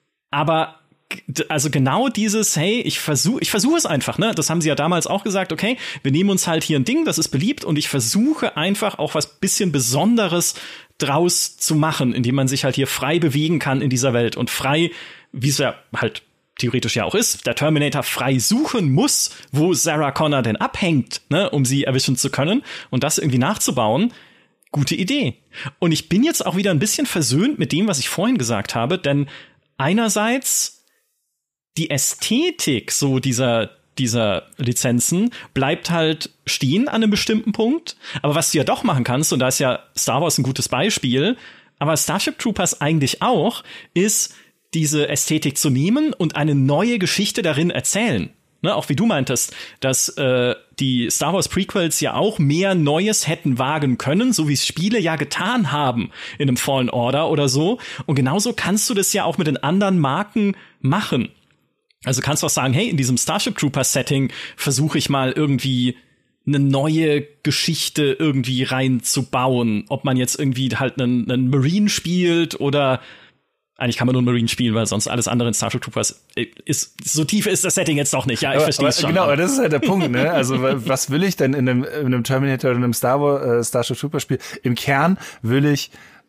Aber also genau dieses, hey, ich versuche ich versuche es einfach, ne? Das haben sie ja damals auch gesagt, okay, wir nehmen uns halt hier ein Ding, das ist beliebt und ich versuche einfach auch was bisschen Besonderes draus zu machen, indem man sich halt hier frei bewegen kann in dieser Welt und frei, wie es ja halt theoretisch ja auch ist, der Terminator frei suchen muss, wo Sarah Connor denn abhängt, ne, um sie erwischen zu können und das irgendwie nachzubauen. Gute Idee. Und ich bin jetzt auch wieder ein bisschen versöhnt mit dem, was ich vorhin gesagt habe, denn einerseits die Ästhetik so dieser dieser Lizenzen bleibt halt stehen an einem bestimmten Punkt, aber was du ja doch machen kannst, und da ist ja Star Wars ein gutes Beispiel, aber Starship Troopers eigentlich auch, ist diese Ästhetik zu nehmen und eine neue Geschichte darin erzählen. Ne, auch wie du meintest, dass äh, die Star Wars Prequels ja auch mehr Neues hätten wagen können, so wie es Spiele ja getan haben in einem Fallen Order oder so. Und genauso kannst du das ja auch mit den anderen Marken machen. Also kannst du auch sagen, hey, in diesem Starship Troopers Setting versuche ich mal irgendwie eine neue Geschichte irgendwie reinzubauen. Ob man jetzt irgendwie halt einen, einen Marine spielt oder eigentlich kann man nur Marine spielen, weil sonst alles andere in Starship Troopers ist, so tief ist das Setting jetzt doch nicht. Ja, ich verstehe es schon. Genau, aber das ist halt der Punkt, ne? Also, was will ich denn in einem, in einem Terminator oder in einem Star Wars, äh, Starship Troopers Spiel? Im Kern will ich,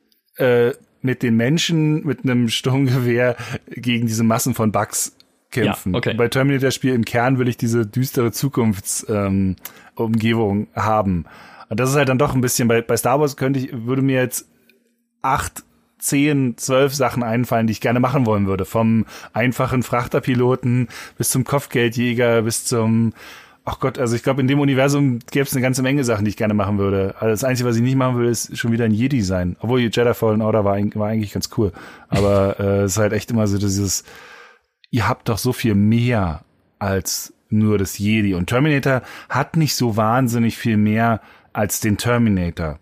äh, mit den Menschen mit einem Sturmgewehr gegen diese Massen von Bugs kämpfen. Ja, okay. Bei Terminator-Spiel im Kern will ich diese düstere Zukunftsumgebung ähm, haben. Und das ist halt dann doch ein bisschen, bei, bei Star Wars könnte ich, würde mir jetzt acht zehn, zwölf Sachen einfallen, die ich gerne machen wollen würde. Vom einfachen Frachterpiloten bis zum Kopfgeldjäger, bis zum, ach Gott, also ich glaube, in dem Universum gäbe es eine ganze Menge Sachen, die ich gerne machen würde. Also das Einzige, was ich nicht machen würde, ist schon wieder ein Jedi sein. Obwohl Jedi Fallen Order war, war eigentlich ganz cool. Aber äh, es ist halt echt immer so dieses, ihr habt doch so viel mehr als nur das Jedi. Und Terminator hat nicht so wahnsinnig viel mehr als den Terminator.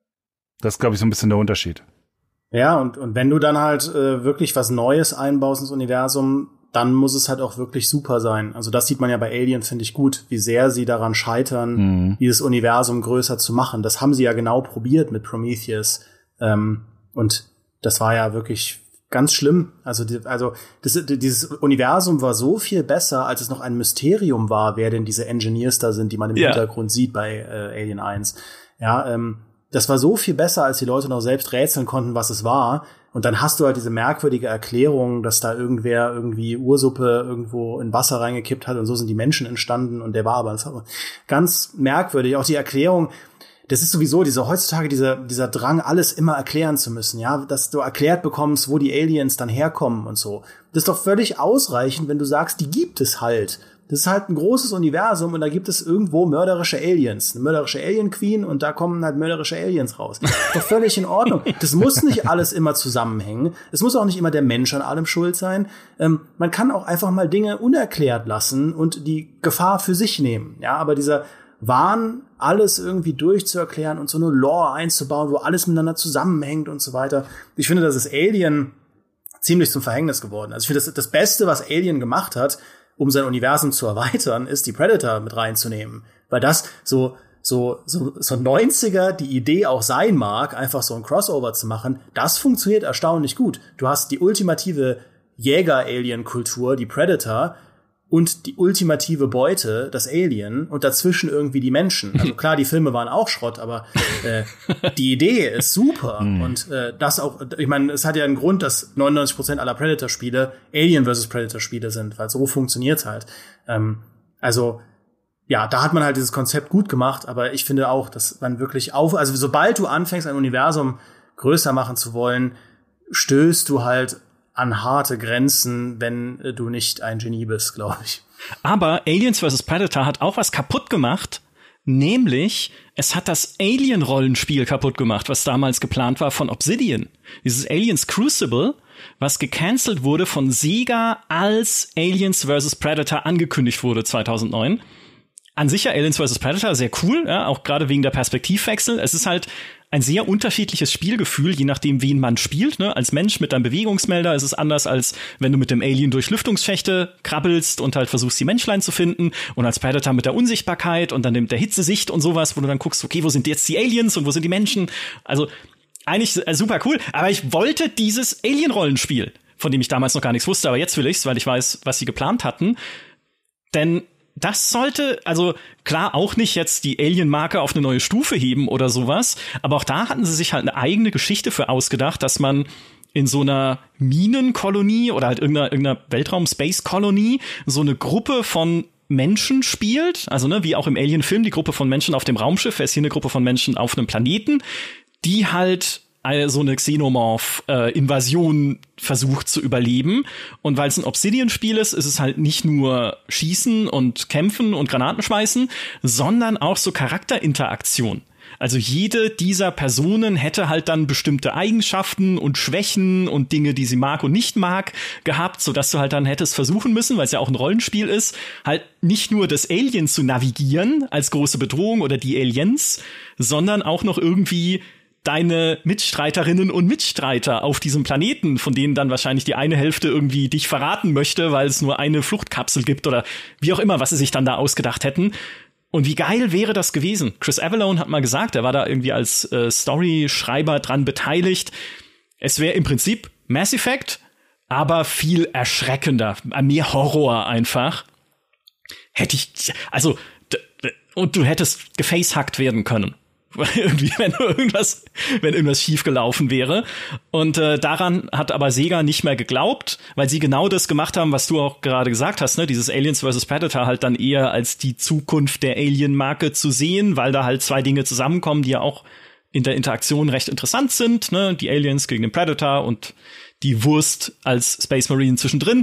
Das ist, glaube ich, so ein bisschen der Unterschied. Ja, und, und wenn du dann halt äh, wirklich was Neues einbaust ins Universum, dann muss es halt auch wirklich super sein. Also das sieht man ja bei Alien, finde ich gut, wie sehr sie daran scheitern, mhm. dieses Universum größer zu machen. Das haben sie ja genau probiert mit Prometheus. Ähm, und das war ja wirklich ganz schlimm. Also, die, also das, dieses Universum war so viel besser, als es noch ein Mysterium war, wer denn diese Engineers da sind, die man im ja. Hintergrund sieht bei äh, Alien eins. Ja, ähm, das war so viel besser, als die Leute noch selbst rätseln konnten, was es war. Und dann hast du halt diese merkwürdige Erklärung, dass da irgendwer irgendwie Ursuppe irgendwo in Wasser reingekippt hat und so sind die Menschen entstanden und der war aber ganz merkwürdig. Auch die Erklärung, das ist sowieso diese heutzutage dieser dieser Drang, alles immer erklären zu müssen, ja, dass du erklärt bekommst, wo die Aliens dann herkommen und so. Das ist doch völlig ausreichend, wenn du sagst, die gibt es halt. Das ist halt ein großes Universum und da gibt es irgendwo mörderische Aliens. Eine mörderische Alien-Queen und da kommen halt mörderische Aliens raus. Das ist doch völlig in Ordnung. Das muss nicht alles immer zusammenhängen. Es muss auch nicht immer der Mensch an allem schuld sein. Ähm, man kann auch einfach mal Dinge unerklärt lassen und die Gefahr für sich nehmen. Ja, aber dieser Wahn, alles irgendwie durchzuerklären und so eine Lore einzubauen, wo alles miteinander zusammenhängt und so weiter. Ich finde, das ist Alien ziemlich zum Verhängnis geworden. Also ich finde, das, das Beste, was Alien gemacht hat, um sein Universum zu erweitern, ist die Predator mit reinzunehmen. Weil das so so so so neunziger die Idee auch sein mag, einfach so ein Crossover zu machen, das funktioniert erstaunlich gut. Du hast die ultimative Jäger-Alien-Kultur, die Predator, und die ultimative Beute, das Alien, und dazwischen irgendwie die Menschen. Also klar, die Filme waren auch Schrott, aber äh, die Idee ist super. Mhm. Und äh, das auch, ich meine, es hat ja einen Grund, dass neunundneunzig Prozent aller Predator-Spiele Alien versus Predator-Spiele sind, weil so funktioniert's halt. Ähm, also ja, da hat man halt dieses Konzept gut gemacht, aber ich finde auch, dass man wirklich auf, also sobald du anfängst, ein Universum größer machen zu wollen, stößt du halt an harte Grenzen, wenn du nicht ein Genie bist, glaube ich. Aber Aliens versus. Predator hat auch was kaputt gemacht, nämlich es hat das Alien-Rollenspiel kaputt gemacht, was damals geplant war von Obsidian. Dieses Aliens Crucible, was gecancelt wurde von Sega, als Aliens versus. Predator angekündigt wurde zweitausendneun. An sich ja Aliens versus. Predator sehr cool, ja, auch gerade wegen der Perspektivwechsel. Es ist halt ein sehr unterschiedliches Spielgefühl, je nachdem, wen man spielt. Ne? Als Mensch mit einem Bewegungsmelder ist es anders, als wenn du mit dem Alien durch Lüftungsschächte krabbelst und halt versuchst, die Menschlein zu finden. Und als Predator mit der Unsichtbarkeit und dann der Hitzesicht und sowas, wo du dann guckst, okay, wo sind jetzt die Aliens und wo sind die Menschen? Also eigentlich äh, super cool. Aber ich wollte dieses Alien-Rollenspiel, von dem ich damals noch gar nichts wusste, aber jetzt will ich's, weil ich weiß, was sie geplant hatten. Denn das sollte, also klar, auch nicht jetzt die Alien-Marke auf eine neue Stufe heben oder sowas, aber auch da hatten sie sich halt eine eigene Geschichte für ausgedacht, dass man in so einer Minenkolonie oder halt irgendeiner, irgendeiner Weltraum-Space-Kolonie so eine Gruppe von Menschen spielt, also ne, wie auch im Alien-Film, die Gruppe von Menschen auf dem Raumschiff, ist hier eine Gruppe von Menschen auf einem Planeten, die halt so eine Xenomorph-Invasion äh, versucht zu überleben. Und weil es ein Obsidian-Spiel ist, ist es halt nicht nur Schießen und Kämpfen und Granaten schmeißen, sondern auch so Charakterinteraktion. Also jede dieser Personen hätte halt dann bestimmte Eigenschaften und Schwächen und Dinge, die sie mag und nicht mag, gehabt, sodass du halt dann hättest versuchen müssen, weil es ja auch ein Rollenspiel ist, halt nicht nur das Alien zu navigieren als große Bedrohung oder die Aliens, sondern auch noch irgendwie deine Mitstreiterinnen und Mitstreiter auf diesem Planeten, von denen dann wahrscheinlich die eine Hälfte irgendwie dich verraten möchte, weil es nur eine Fluchtkapsel gibt oder wie auch immer, was sie sich dann da ausgedacht hätten. Und wie geil wäre das gewesen? Chris Avellone hat mal gesagt, er war da irgendwie als äh, Story-Schreiber dran beteiligt. Es wäre im Prinzip Mass Effect, aber viel erschreckender, mehr Horror einfach. Hätte ich, also, d- d- und du hättest gefacehackt werden können. Irgendwie, wenn irgendwas, wenn irgendwas schief gelaufen wäre. Und äh, daran hat aber Sega nicht mehr geglaubt, weil sie genau das gemacht haben, was du auch gerade gesagt hast, ne? Dieses Aliens versus. Predator halt dann eher als die Zukunft der Alien-Marke zu sehen, weil da halt zwei Dinge zusammenkommen, die ja auch in der Interaktion recht interessant sind, ne? Die Aliens gegen den Predator und die Wurst als Space Marine zwischendrin.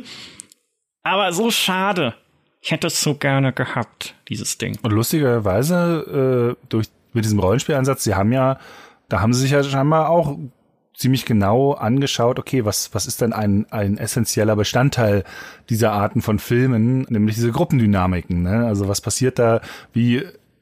Aber so schade. Ich hätte es so gerne gehabt, dieses Ding. Und lustigerweise, äh, durch mit diesem Rollenspielansatz, sie haben ja, da haben sie sich ja scheinbar auch ziemlich genau angeschaut, okay, was was ist denn ein ein essentieller Bestandteil dieser Arten von Filmen, nämlich diese Gruppendynamiken, ne? Also was passiert da, wie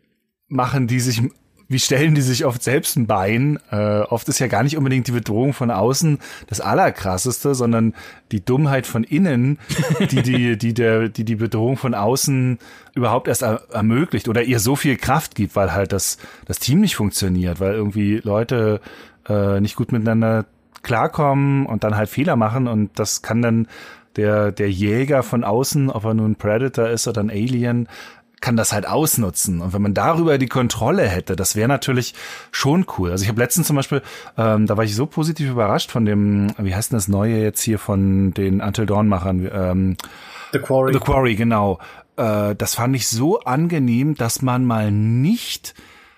machen die sich, wie stellen die sich oft selbst ein Bein? Äh, oft ist ja gar nicht unbedingt die Bedrohung von außen das Allerkrasseste, sondern die Dummheit von innen, die die die der die die Bedrohung von außen überhaupt erst er- ermöglicht oder ihr so viel Kraft gibt, weil halt das das Team nicht funktioniert, weil irgendwie Leute äh, nicht gut miteinander klarkommen und dann halt Fehler machen und das kann dann der der Jäger von außen, ob er nun ein Predator ist oder ein Alien, kann das halt ausnutzen. Und wenn man darüber die Kontrolle hätte, das wäre natürlich schon cool. Also ich habe letztens zum Beispiel, ähm, da war ich so positiv überrascht von dem, wie heißt denn das Neue jetzt hier von den Until Dawn-Machern? Ähm, The Quarry. The Quarry, genau. Äh, das fand ich so angenehm, dass man mal nicht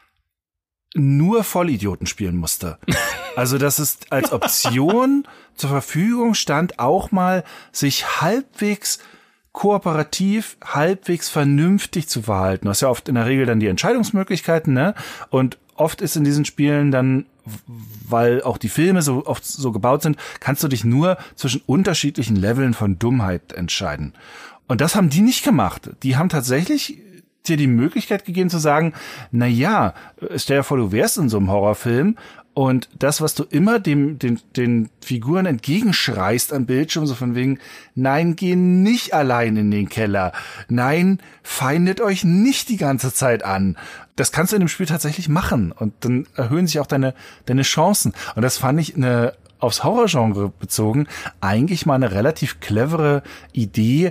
nur Vollidioten spielen musste. Also dass es als Option zur Verfügung stand, auch mal sich halbwegs kooperativ, halbwegs vernünftig zu verhalten. Du hast ja oft in der Regel dann die Entscheidungsmöglichkeiten, ne? Und oft ist in diesen Spielen dann, weil auch die Filme so oft so gebaut sind, kannst du dich nur zwischen unterschiedlichen Leveln von Dummheit entscheiden. Und das haben die nicht gemacht. Die haben tatsächlich dir die Möglichkeit gegeben zu sagen, na ja, stell dir vor, du wärst in so einem Horrorfilm und das, was du immer dem, den, den Figuren entgegenschreist am Bildschirm, so von wegen, nein, geh nicht allein in den Keller. Nein, feindet euch nicht die ganze Zeit an. Das kannst du in dem Spiel tatsächlich machen und dann erhöhen sich auch deine, deine Chancen. Und das fand ich eine, aufs Horrorgenre bezogen, eigentlich mal eine relativ clevere Idee,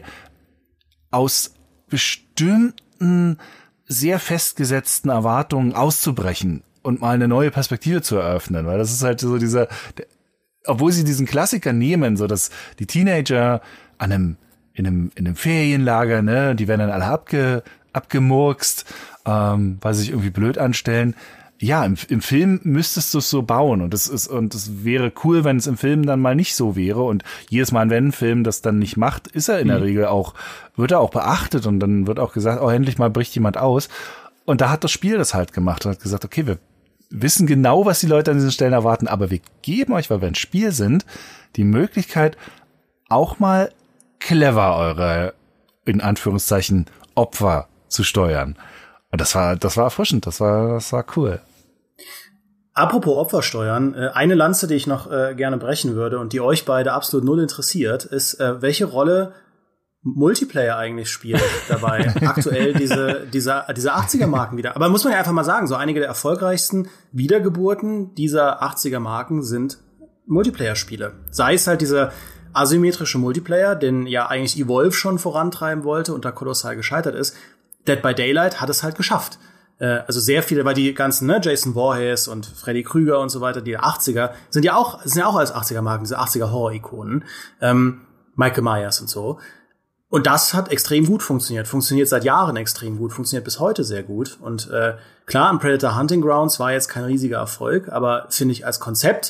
aus bestimmten, sehr festgesetzten Erwartungen auszubrechen und mal eine neue Perspektive zu eröffnen, weil das ist halt so dieser, obwohl sie diesen Klassiker nehmen, so dass die Teenager an einem, in einem, in einem Ferienlager, ne, die werden dann alle abge, abgemurkst, ähm, weil sie sich irgendwie blöd anstellen. Ja, im, im Film müsstest du es so bauen und es ist, und es wäre cool, wenn es im Film dann mal nicht so wäre und jedes Mal, wenn ein Film das dann nicht macht, ist er in der mhm. Regel auch, wird er auch beachtet und dann wird auch gesagt, oh, endlich mal bricht jemand aus. Und da hat das Spiel das halt gemacht und hat gesagt, okay, wir wissen genau, was die Leute an diesen Stellen erwarten, aber wir geben euch, weil wir ein Spiel sind, die Möglichkeit, auch mal clever eure, in Anführungszeichen, Opfer zu steuern. Und das war, das war erfrischend, das war, das war cool. Apropos Opfersteuern, eine Lanze, die ich noch gerne brechen würde und die euch beide absolut null interessiert, ist, welche Rolle Multiplayer eigentlich spielt dabei. Aktuell diese, diese, diese achtziger-Marken wieder. Aber muss man ja einfach mal sagen, so einige der erfolgreichsten Wiedergeburten dieser achtziger-Marken sind Multiplayer-Spiele. Sei es halt dieser asymmetrische Multiplayer, den ja eigentlich Evolve schon vorantreiben wollte und da kolossal gescheitert ist. Dead by Daylight hat es halt geschafft. Äh, also sehr viele, weil die ganzen, ne, Jason Voorhees und Freddy Krüger und so weiter, die achtziger, sind ja auch, sind ja auch als achtziger-Marken, diese achtziger-Horror-Ikonen. Ähm, Michael Myers und so. Und das hat extrem gut funktioniert. Funktioniert seit Jahren extrem gut. Funktioniert bis heute sehr gut. Und äh, klar, im Predator Hunting Grounds war jetzt kein riesiger Erfolg, aber finde ich als Konzept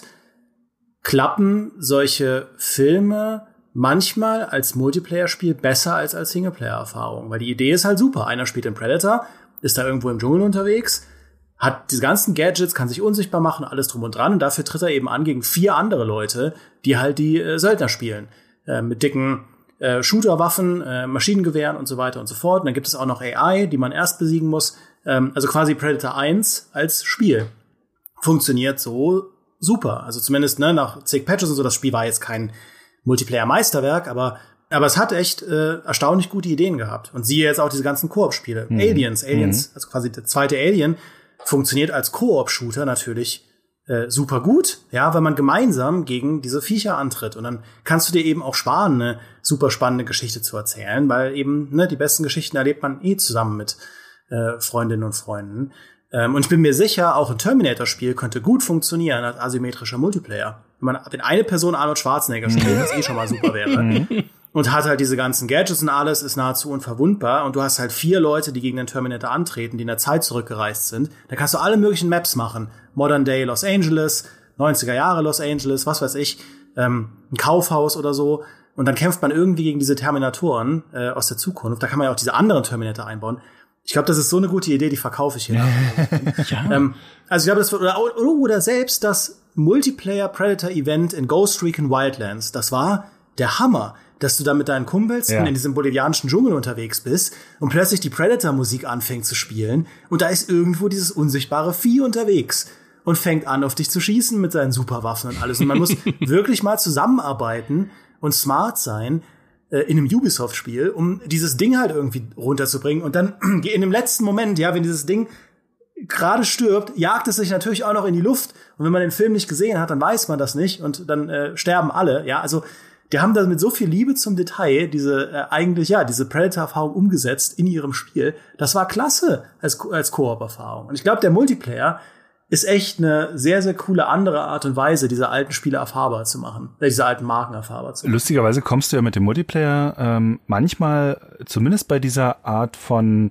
klappen solche Filme manchmal als Multiplayer-Spiel besser als als Singleplayer-Erfahrung. Weil die Idee ist halt super. Einer spielt den Predator, ist da irgendwo im Dschungel unterwegs, hat diese ganzen Gadgets, kann sich unsichtbar machen, alles drum und dran. Und dafür tritt er eben an gegen vier andere Leute, die halt die äh, Söldner spielen. Äh, mit dicken Äh, Shooterwaffen, äh, Maschinengewehren und so weiter und so fort. Und dann gibt es auch noch A I, die man erst besiegen muss. Ähm, also quasi Predator eins als Spiel. Funktioniert so super. Also zumindest ne, nach zig Patches und so. Das Spiel war jetzt kein Multiplayer-Meisterwerk, aber aber es hat echt äh, erstaunlich gute Ideen gehabt. Und siehe jetzt auch diese ganzen Koop-Spiele. Mhm. Aliens, Aliens, mhm. also quasi der zweite Alien, funktioniert als Koop-Shooter natürlich Äh, super gut, ja, weil man gemeinsam gegen diese Viecher antritt. Und dann kannst du dir eben auch sparen, eine super spannende Geschichte zu erzählen, weil eben ne, die besten Geschichten erlebt man eh zusammen mit äh, Freundinnen und Freunden. Ähm, und ich bin mir sicher, auch ein Terminator-Spiel könnte gut funktionieren als asymmetrischer Multiplayer. Wenn man wenn eine Person Arnold Schwarzenegger spielt, was eh schon mal super wäre. Und hat halt diese ganzen Gadgets und alles, ist nahezu unverwundbar. Und du hast halt vier Leute, die gegen den Terminator antreten, die in der Zeit zurückgereist sind. Da kannst du alle möglichen Maps machen. Modern Day Los Angeles, neunziger Jahre Los Angeles, was weiß ich, ähm, ein Kaufhaus oder so. Und dann kämpft man irgendwie gegen diese Terminatoren äh, aus der Zukunft. Da kann man ja auch diese anderen Terminator einbauen. Ich glaube, das ist so eine gute Idee, die verkaufe ich hier. Ja. ähm, also ich glaube, das wird, oder, oder selbst das Multiplayer-Predator-Event in Ghost Recon Wildlands, das war der Hammer. Dass du da mit deinen Kumpels ja. in diesem bolivianischen Dschungel unterwegs bist und plötzlich die Predator-Musik anfängt zu spielen und da ist irgendwo dieses unsichtbare Vieh unterwegs und fängt an, auf dich zu schießen mit seinen Superwaffen und alles. Und man muss wirklich mal zusammenarbeiten und smart sein äh, in einem Ubisoft-Spiel, um dieses Ding halt irgendwie runterzubringen. Und dann in dem letzten Moment, ja, wenn dieses Ding gerade stirbt, jagt es sich natürlich auch noch in die Luft. Und wenn man den Film nicht gesehen hat, dann weiß man das nicht und dann äh, sterben alle. Ja, also die haben da mit so viel Liebe zum Detail diese äh, eigentlich ja diese Predator-Erfahrung umgesetzt in ihrem Spiel. Das war klasse als als Koop-Erfahrung. Und ich glaube, der Multiplayer ist echt eine sehr sehr coole andere Art und Weise, diese alten Spiele erfahrbar zu machen, äh, diese alten Marken erfahrbar zu machen. Lustigerweise kommst du ja mit dem Multiplayer ähm, manchmal, zumindest bei dieser Art von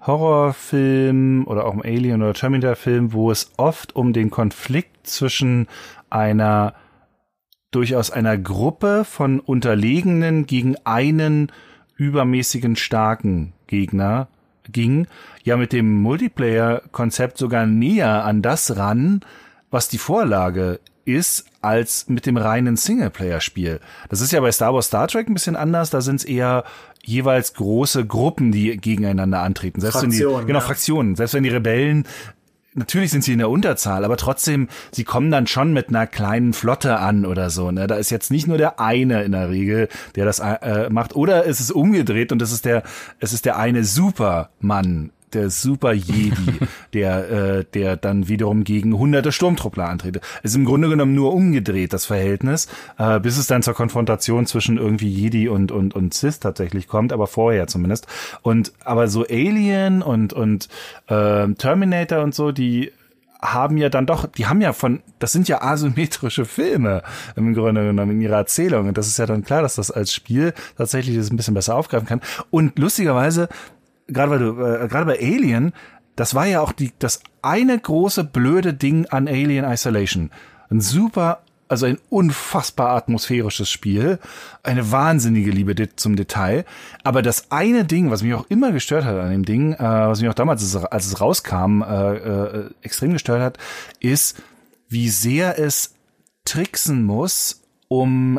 Horrorfilm oder auch im Alien- oder Terminator-Film, wo es oft um den Konflikt zwischen einer durchaus einer Gruppe von Unterlegenen gegen einen übermäßigen starken Gegner ging, ja mit dem Multiplayer-Konzept sogar näher an das ran, was die Vorlage ist, als mit dem reinen Singleplayer-Spiel. Das ist ja bei Star Wars, Star Trek ein bisschen anders, da sind es eher jeweils große Gruppen, die gegeneinander antreten. Selbst Fraktionen, wenn die, genau, ja. Fraktionen. Selbst wenn die Rebellen, natürlich sind sie in der Unterzahl, aber trotzdem, sie kommen dann schon mit einer kleinen Flotte an oder so. Ne? Da ist jetzt nicht nur der eine in der Regel, der das äh, macht. Oder es ist umgedreht und es ist der, es ist der eine Supermann, der Super Jedi, der äh, der dann wiederum gegen hunderte Sturmtruppler antritt. Es ist im Grunde genommen nur umgedreht, das Verhältnis, äh, bis es dann zur Konfrontation zwischen irgendwie Jedi und und und Sith tatsächlich kommt, aber vorher zumindest. Und aber so Alien und und äh, Terminator und so, die haben ja dann doch, die haben ja von, das sind ja asymmetrische Filme im Grunde genommen in ihrer Erzählung. Und das ist ja dann klar, dass das als Spiel tatsächlich das ein bisschen besser aufgreifen kann. Und lustigerweise, gerade weil du, äh, gerade bei Alien, das war ja auch die, das eine große blöde Ding an Alien Isolation. Ein super, also ein unfassbar atmosphärisches Spiel, eine wahnsinnige Liebe de- zum Detail. Aber das eine Ding, was mich auch immer gestört hat an dem Ding, äh, was mich auch damals, als es, als es rauskam, äh, äh, extrem gestört hat, ist, wie sehr es tricksen muss, um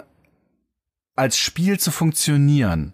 als Spiel zu funktionieren.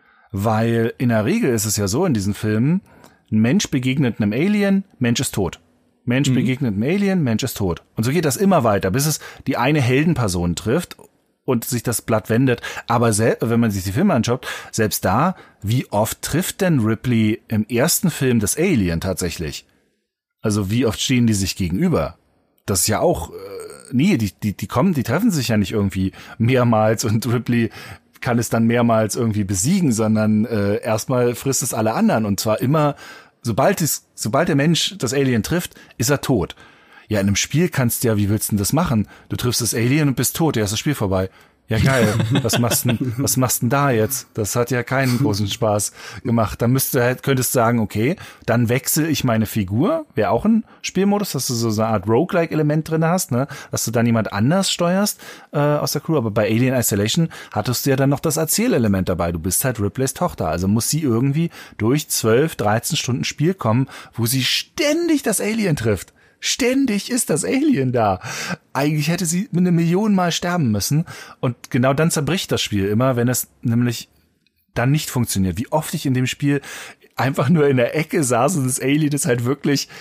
Weil in der Regel ist es ja so in diesen Filmen, ein Mensch begegnet einem Alien, Mensch ist tot. Mensch mhm. begegnet einem Alien, Mensch ist tot. Und so geht das immer weiter, bis es die eine Heldenperson trifft und sich das Blatt wendet. Aber sel- wenn man sich die Filme anschaut, selbst da, wie oft trifft denn Ripley im ersten Film das Alien tatsächlich? Also wie oft stehen die sich gegenüber? Das ist ja auch, äh, nee, die, die, die kommen, die treffen sich ja nicht irgendwie mehrmals und Ripley kann es dann mehrmals irgendwie besiegen, sondern äh, erstmal frisst es alle anderen. Und zwar immer, sobald es, sobald der Mensch das Alien trifft, ist er tot. Ja, in einem Spiel kannst du ja, wie willst du denn das machen? Du triffst das Alien und bist tot, ja, ist das Spiel vorbei. Ja, geil. Was machst denn, was machst denn da jetzt? Das hat ja keinen großen Spaß gemacht. Dann müsste halt, könntest du sagen, okay, dann wechsle ich meine Figur. Wäre auch ein Spielmodus, dass du so eine Art Roguelike-Element drin hast, ne? Dass du dann jemand anders steuerst äh, aus der Crew. Aber bei Alien Isolation hattest du ja dann noch das Erzählelement dabei. Du bist halt Ripleys Tochter. Also muss sie irgendwie durch zwölf, dreizehn Stunden Spiel kommen, wo sie ständig das Alien trifft. Ständig ist das Alien da. Eigentlich hätte sie eine Million Mal sterben müssen. Und genau dann zerbricht das Spiel immer, wenn es nämlich dann nicht funktioniert. Wie oft ich in dem Spiel einfach nur in der Ecke saß und das Alien ist halt wirklich,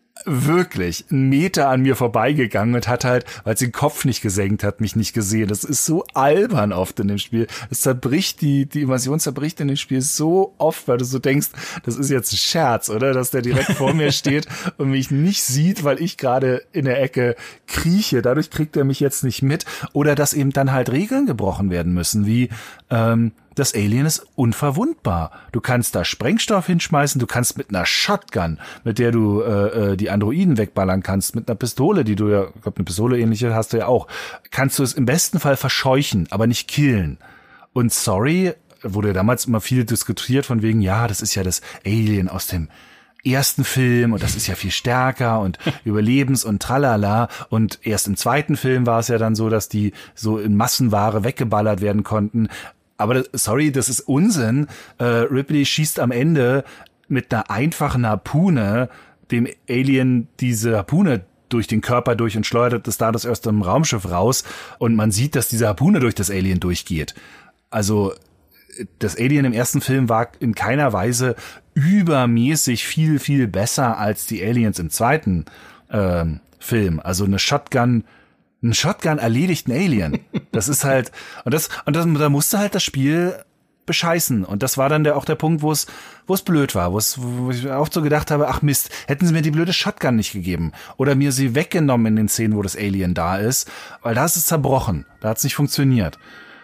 wirklich einen Meter an mir vorbeigegangen und hat halt, weil sie den Kopf nicht gesenkt hat, mich nicht gesehen. Das ist so albern oft in dem Spiel. Es zerbricht, die, die Invasion zerbricht in dem Spiel so oft, weil du so denkst, das ist jetzt ein Scherz, oder? Dass der direkt vor mir steht und mich nicht sieht, weil ich gerade in der Ecke krieche. Dadurch kriegt er mich jetzt nicht mit. Oder dass eben dann halt Regeln gebrochen werden müssen, wie, ähm, das Alien ist unverwundbar. Du kannst da Sprengstoff hinschmeißen, du kannst mit einer Shotgun, mit der du äh, die Androiden wegballern kannst, mit einer Pistole, die du ja, ich glaube, eine Pistole ähnliche hast du ja auch, kannst du es im besten Fall verscheuchen, aber nicht killen. Und sorry, wurde damals immer viel diskutiert von wegen, ja, das ist ja das Alien aus dem ersten Film und das ist ja viel stärker und Überlebens- und tralala. Und erst im zweiten Film war es ja dann so, dass die so in Massenware weggeballert werden konnten. Aber das, sorry, das ist Unsinn. Äh, Ripley schießt am Ende mit einer einfachen Harpune dem Alien diese Harpune durch den Körper durch und schleudert es da das erst im Raumschiff raus. Und man sieht, dass diese Harpune durch das Alien durchgeht. Also das Alien im ersten Film war in keiner Weise übermäßig viel, viel besser als die Aliens im zweiten äh, Film. Also eine Shotgun Ein Shotgun erledigt ein Alien. Das ist halt, und das, und das, da musste halt das Spiel bescheißen. Und das war dann der, auch der Punkt, wo es, wo es blöd war, wo es, wo ich auch so gedacht habe, ach Mist, hätten sie mir die blöde Shotgun nicht gegeben. Oder mir sie weggenommen in den Szenen, wo das Alien da ist. Weil da ist es zerbrochen. Da hat es nicht funktioniert.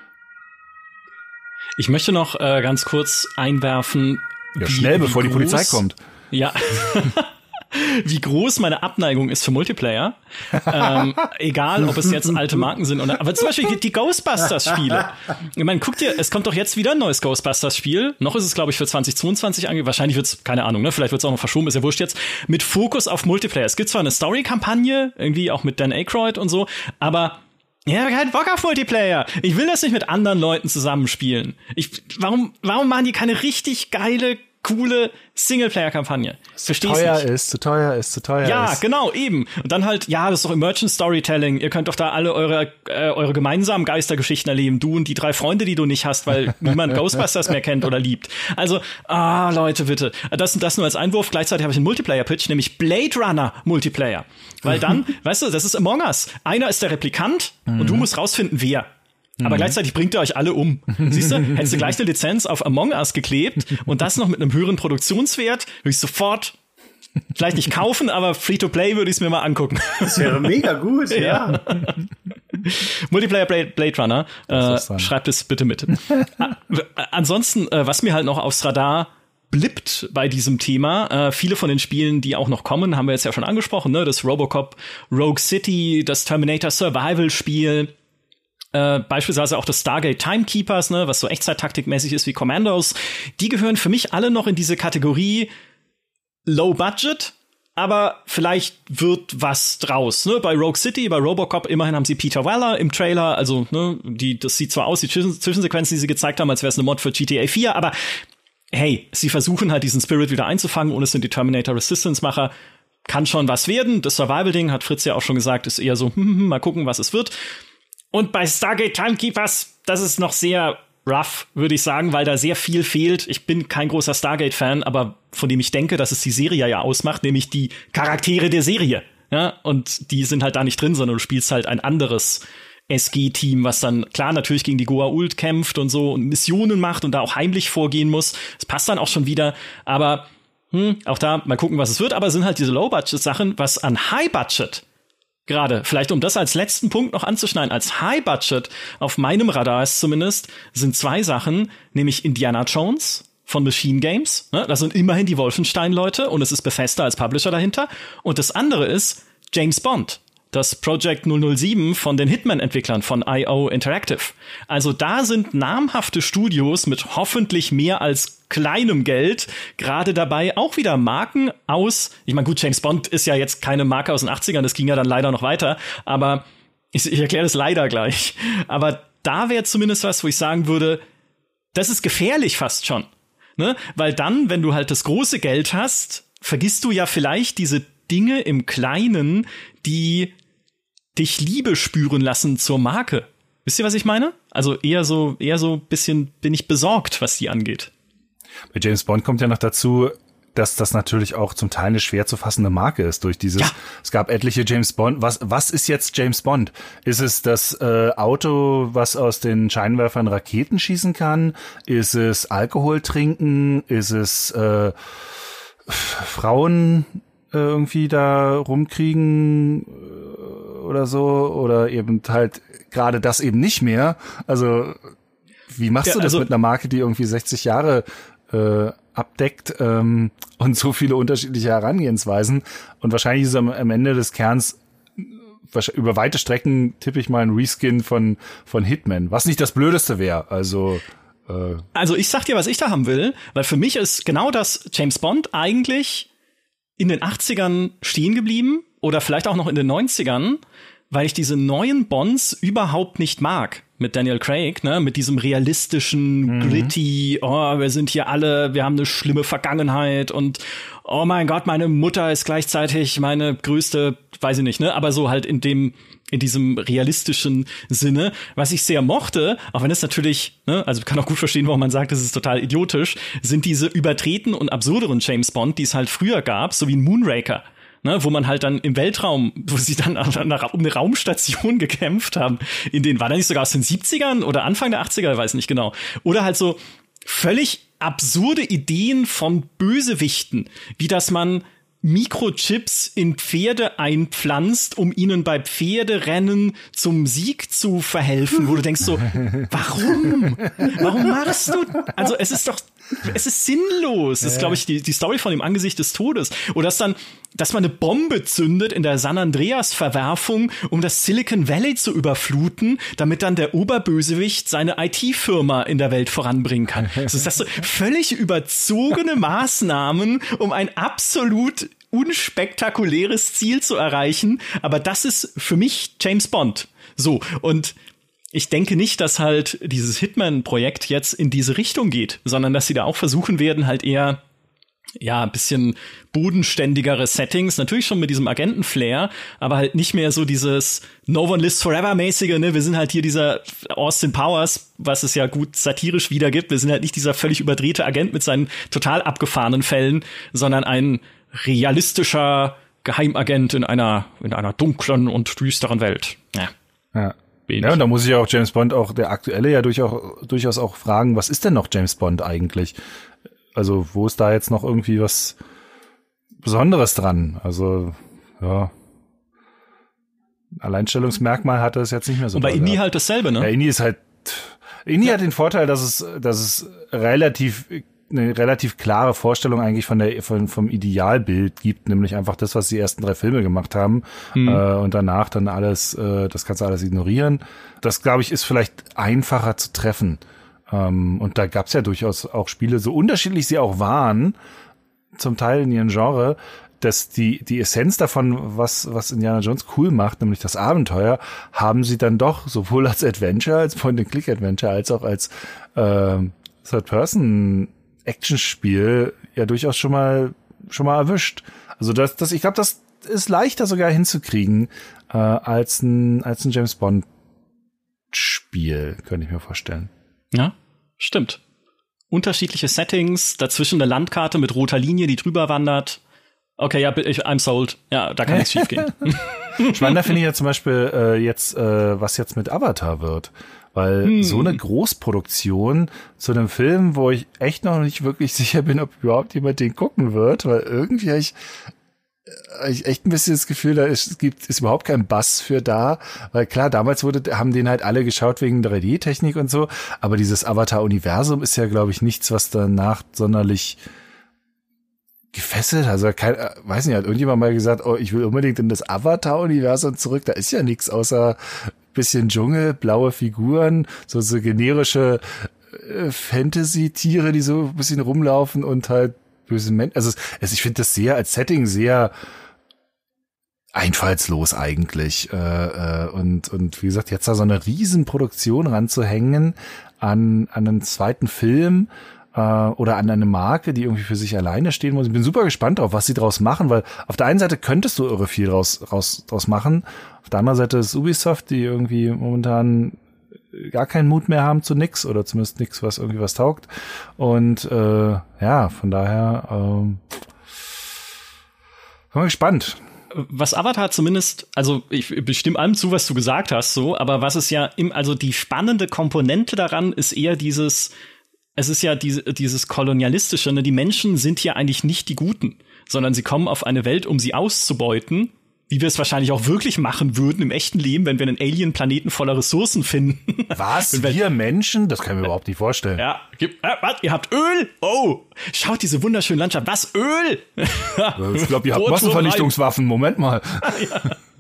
Ich möchte noch äh, ganz kurz einwerfen. Ja, schnell, bevor die Polizei kommt. Ja. Wie groß meine Abneigung ist für Multiplayer. ähm, egal, ob es jetzt alte Marken sind oder, aber zum Beispiel die Ghostbusters-Spiele. Ich meine, guck dir, es kommt doch jetzt wieder ein neues Ghostbusters-Spiel. Noch ist es, glaube ich, für zwanzig zweiundzwanzig ange, wahrscheinlich wird's, keine Ahnung, ne, vielleicht wird's auch noch verschoben, ist ja wurscht jetzt, mit Fokus auf Multiplayer. Es gibt zwar eine Story-Kampagne, irgendwie auch mit Dan Aykroyd und so, aber ja, ich hab keinen Bock auf Multiplayer. Ich will das nicht mit anderen Leuten zusammenspielen. Ich, warum, warum machen die keine richtig geile coole Singleplayer-Kampagne. Verstehst du? Zu teuer ist, zu teuer ist, zu teuer ja, ist. Ja, genau, eben. Und dann halt, ja, das ist doch Emergent Storytelling. Ihr könnt doch da alle eure, äh, eure gemeinsamen Geistergeschichten erleben. Du und die drei Freunde, die du nicht hast, weil niemand Ghostbusters mehr kennt oder liebt. Also, ah, Leute, bitte. Das, das nur als Einwurf. Gleichzeitig habe ich einen Multiplayer-Pitch, nämlich Blade Runner Multiplayer. Weil dann, weißt du, das ist Among Us. Einer ist der Replikant mhm. und du musst rausfinden, wer. Aber mhm. gleichzeitig bringt ihr euch alle um. Siehst du, hättest du gleich eine Lizenz auf Among Us geklebt und das noch mit einem höheren Produktionswert, würde ich sofort vielleicht nicht kaufen, aber Free-to-Play würde ich es mir mal angucken. Das wäre mega gut, ja. ja. Multiplayer Blade, Blade Runner, äh, schreibt es bitte mit. Ansonsten, äh, was mir halt noch aufs Radar blippt bei diesem Thema, äh, viele von den Spielen, die auch noch kommen, haben wir jetzt ja schon angesprochen, ne? Das Robocop Rogue City, das Terminator Survival Spiel, Äh, beispielsweise auch das Stargate Timekeepers, ne, was so Echtzeit-Taktikmäßig ist wie Commandos, die gehören für mich alle noch in diese Kategorie Low Budget, aber vielleicht wird was draus. Ne? Bei Rogue City, bei Robocop, immerhin haben sie Peter Weller im Trailer, also ne, die, das sieht zwar aus, die Zwischensequenzen, die sie gezeigt haben, als wäre es eine Mod für G T A vier, aber hey, sie versuchen halt diesen Spirit wieder einzufangen und es sind die Terminator Resistance-Macher. Kann schon was werden. Das Survival-Ding, hat Fritz ja auch schon gesagt, ist eher so, hm, hm, mal gucken, was es wird. Und bei Stargate Timekeepers, das ist noch sehr rough, würde ich sagen, weil da sehr viel fehlt. Ich bin kein großer Stargate-Fan, aber von dem ich denke, dass es die Serie ja ausmacht, nämlich die Charaktere der Serie. Ja, und die sind halt da nicht drin, sondern du spielst halt ein anderes S G-Team, was dann klar natürlich gegen die Goa'uld kämpft und so und Missionen macht und da auch heimlich vorgehen muss. Das passt dann auch schon wieder, aber hm, auch da mal gucken, was es wird. Aber es sind halt diese Low-Budget-Sachen, was an High-Budget gerade, vielleicht um das als letzten Punkt noch anzuschneiden, als High-Budget auf meinem Radar ist zumindest, sind zwei Sachen, nämlich Indiana Jones von Machine Games, ne? Das sind immerhin die Wolfenstein-Leute und es ist Bethesda als Publisher dahinter. Und das andere ist James Bond, das Project null null sieben von den Hitman-Entwicklern von I O Interactive. Also da sind namhafte Studios mit hoffentlich mehr als kleinem Geld gerade dabei, auch wieder Marken aus, ich meine, gut, James Bond ist ja jetzt keine Marke aus den achtzigern, das ging ja dann leider noch weiter, aber ich, ich erkläre das leider gleich. Aber da wäre zumindest was, wo ich sagen würde, das ist gefährlich fast schon. Ne? Weil dann, wenn du halt das große Geld hast, vergisst du ja vielleicht diese Dinge im Kleinen, die dich Liebe spüren lassen zur Marke. Wisst ihr, was ich meine? Also eher so, eher so bisschen bin ich besorgt, was die angeht. Bei James Bond kommt ja noch dazu, dass das natürlich auch zum Teil eine schwer zu fassende Marke ist durch dieses, ja. Es gab etliche James Bond. Was, was ist jetzt James Bond? Ist es das äh, Auto, was aus den Scheinwerfern Raketen schießen kann? Ist es Alkohol trinken? Ist es äh, Frauen äh, irgendwie da rumkriegen äh, oder so? Oder eben halt gerade das eben nicht mehr? Also wie machst ja, du das also mit einer Marke, die irgendwie sechzig Jahre äh, abdeckt ähm, und so viele unterschiedliche Herangehensweisen? Und wahrscheinlich ist es am, am Ende des Kerns über weite Strecken, tippe ich mal, ein Reskin von von Hitman, was nicht das Blödeste wäre. Also äh also ich sag dir, was ich da haben will, weil für mich ist genau das James Bond eigentlich in den achtzigern stehen geblieben oder vielleicht auch noch in den neunzigern, weil ich diese neuen Bonds überhaupt nicht mag. Mit Daniel Craig, ne, mit diesem realistischen, mhm. gritty, oh, wir sind hier alle, wir haben eine schlimme Vergangenheit und oh mein Gott, meine Mutter ist gleichzeitig meine größte, weiß ich nicht, ne, aber so halt in dem, in diesem realistischen Sinne, was ich sehr mochte, auch wenn es natürlich, ne, also ich kann auch gut verstehen, warum man sagt, das ist total idiotisch, sind diese übertreten und absurderen James Bond, die es halt früher gab, so wie ein Moonraker. Ne, wo man halt dann im Weltraum, wo sie dann nach, um eine Raumstation gekämpft haben, in denen, war der nicht sogar aus den siebzigern oder Anfang der achtziger, weiß nicht genau. Oder halt so völlig absurde Ideen von Bösewichten, wie dass man Mikrochips in Pferde einpflanzt, um ihnen bei Pferderennen zum Sieg zu verhelfen, wo du denkst so, warum? Warum machst du? Also es ist doch, es ist sinnlos. Das ist, glaube ich, die, die Story von dem Angesicht des Todes. Oder dass dann, dass man eine Bombe zündet in der San Andreas-Verwerfung, um das Silicon Valley zu überfluten, damit dann der Oberbösewicht seine I T-Firma in der Welt voranbringen kann. Das ist das so völlig überzogene Maßnahmen, um ein absolut unspektakuläres Ziel zu erreichen. Aber das ist für mich James Bond. So, und ich denke nicht, dass halt dieses Hitman-Projekt jetzt in diese Richtung geht, sondern dass sie da auch versuchen werden, halt eher ja, ein bisschen bodenständigere Settings, natürlich schon mit diesem Agenten-Flair, aber halt nicht mehr so dieses No One Lives Forever-mäßige, ne, wir sind halt hier dieser Austin Powers, was es ja gut satirisch wiedergibt, wir sind halt nicht dieser völlig überdrehte Agent mit seinen total abgefahrenen Fällen, sondern ein realistischer Geheimagent in einer, in einer dunklen und düsteren Welt. Ja. Ja. Ja, und da muss ich auch James Bond, auch der aktuelle, ja durchaus, durchaus auch fragen, was ist denn noch James Bond eigentlich? Also, wo ist da jetzt noch irgendwie was Besonderes dran? Also, ja. Alleinstellungsmerkmal hatte es jetzt nicht mehr so. Und bei Indie halt dasselbe, ne? Ja, Indie ist halt, Indie ja. hat den Vorteil, dass es, dass es relativ, eine relativ klare Vorstellung eigentlich von der, von, vom Idealbild gibt, nämlich einfach das, was die ersten drei Filme gemacht haben, hm. äh, und danach dann alles, äh, das kannst du alles ignorieren. Das, glaube ich, ist vielleicht einfacher zu treffen. Um, und da gab's ja durchaus auch Spiele, so unterschiedlich sie auch waren, zum Teil in ihrem Genre, dass die die Essenz davon, was was Indiana Jones cool macht, nämlich das Abenteuer, haben sie dann doch sowohl als Adventure, als Point-and-Click-Adventure, als auch als äh, Third-Person-Action-Spiel ja durchaus schon mal schon mal erwischt. Also das, das ich glaube, das ist leichter sogar hinzukriegen äh, als ein als ein James Bond-Spiel, könnte ich mir vorstellen. Ja, stimmt. Unterschiedliche Settings, dazwischen eine Landkarte mit roter Linie, die drüber wandert. Okay, ja, ich, I'm sold. Ja, da kann nichts schief gehen. Spannender finde ich ja zum Beispiel äh, jetzt, äh, was jetzt mit Avatar wird. Weil hm. so eine Großproduktion zu einem Film, wo ich echt noch nicht wirklich sicher bin, ob überhaupt jemand den gucken wird, weil irgendwie habe ich ich echt ein bisschen das Gefühl, da ist, es gibt, ist überhaupt kein Buzz für da, weil klar, damals wurde, haben den halt alle geschaut wegen drei D-Technik und so, aber dieses Avatar-Universum ist ja, glaube ich, nichts, was danach sonderlich gefesselt, also kein, weiß nicht, hat irgendjemand mal gesagt, oh, ich will unbedingt in das Avatar-Universum zurück, da ist ja nichts außer bisschen Dschungel, blaue Figuren, so, so generische äh, Fantasy-Tiere, die so ein bisschen rumlaufen und halt böse Menschen. Also, also ich finde das sehr als Setting sehr einfallslos eigentlich. Äh, und und wie gesagt, jetzt da so eine Riesenproduktion ranzuhängen an an einen zweiten Film äh, oder an eine Marke, die irgendwie für sich alleine stehen muss. Ich bin super gespannt drauf, was sie draus machen, weil auf der einen Seite könntest du irre viel draus raus draus machen. Auf der anderen Seite ist Ubisoft, die irgendwie momentan gar keinen Mut mehr haben zu nix oder zumindest nix, was irgendwie was taugt. Und äh, ja, von daher ähm, bin mal gespannt. Was Avatar zumindest, also ich bestimme allem zu, was du gesagt hast, so, aber was ist ja im, also die spannende Komponente daran ist eher dieses, es ist ja diese, dieses kolonialistische, ne? Die Menschen sind hier eigentlich nicht die Guten, sondern sie kommen auf eine Welt, um sie auszubeuten. Wie wir es wahrscheinlich auch wirklich machen würden im echten Leben, wenn wir einen Alien-Planeten voller Ressourcen finden. Was? Wir, wir Menschen? Das kann ich mir überhaupt nicht vorstellen. Ja, äh, was? Ihr habt Öl? Oh, schaut diese wunderschöne Landschaft. Was? Öl? Ich glaube, ihr habt Massenvernichtungswaffen. Moment mal. Ja.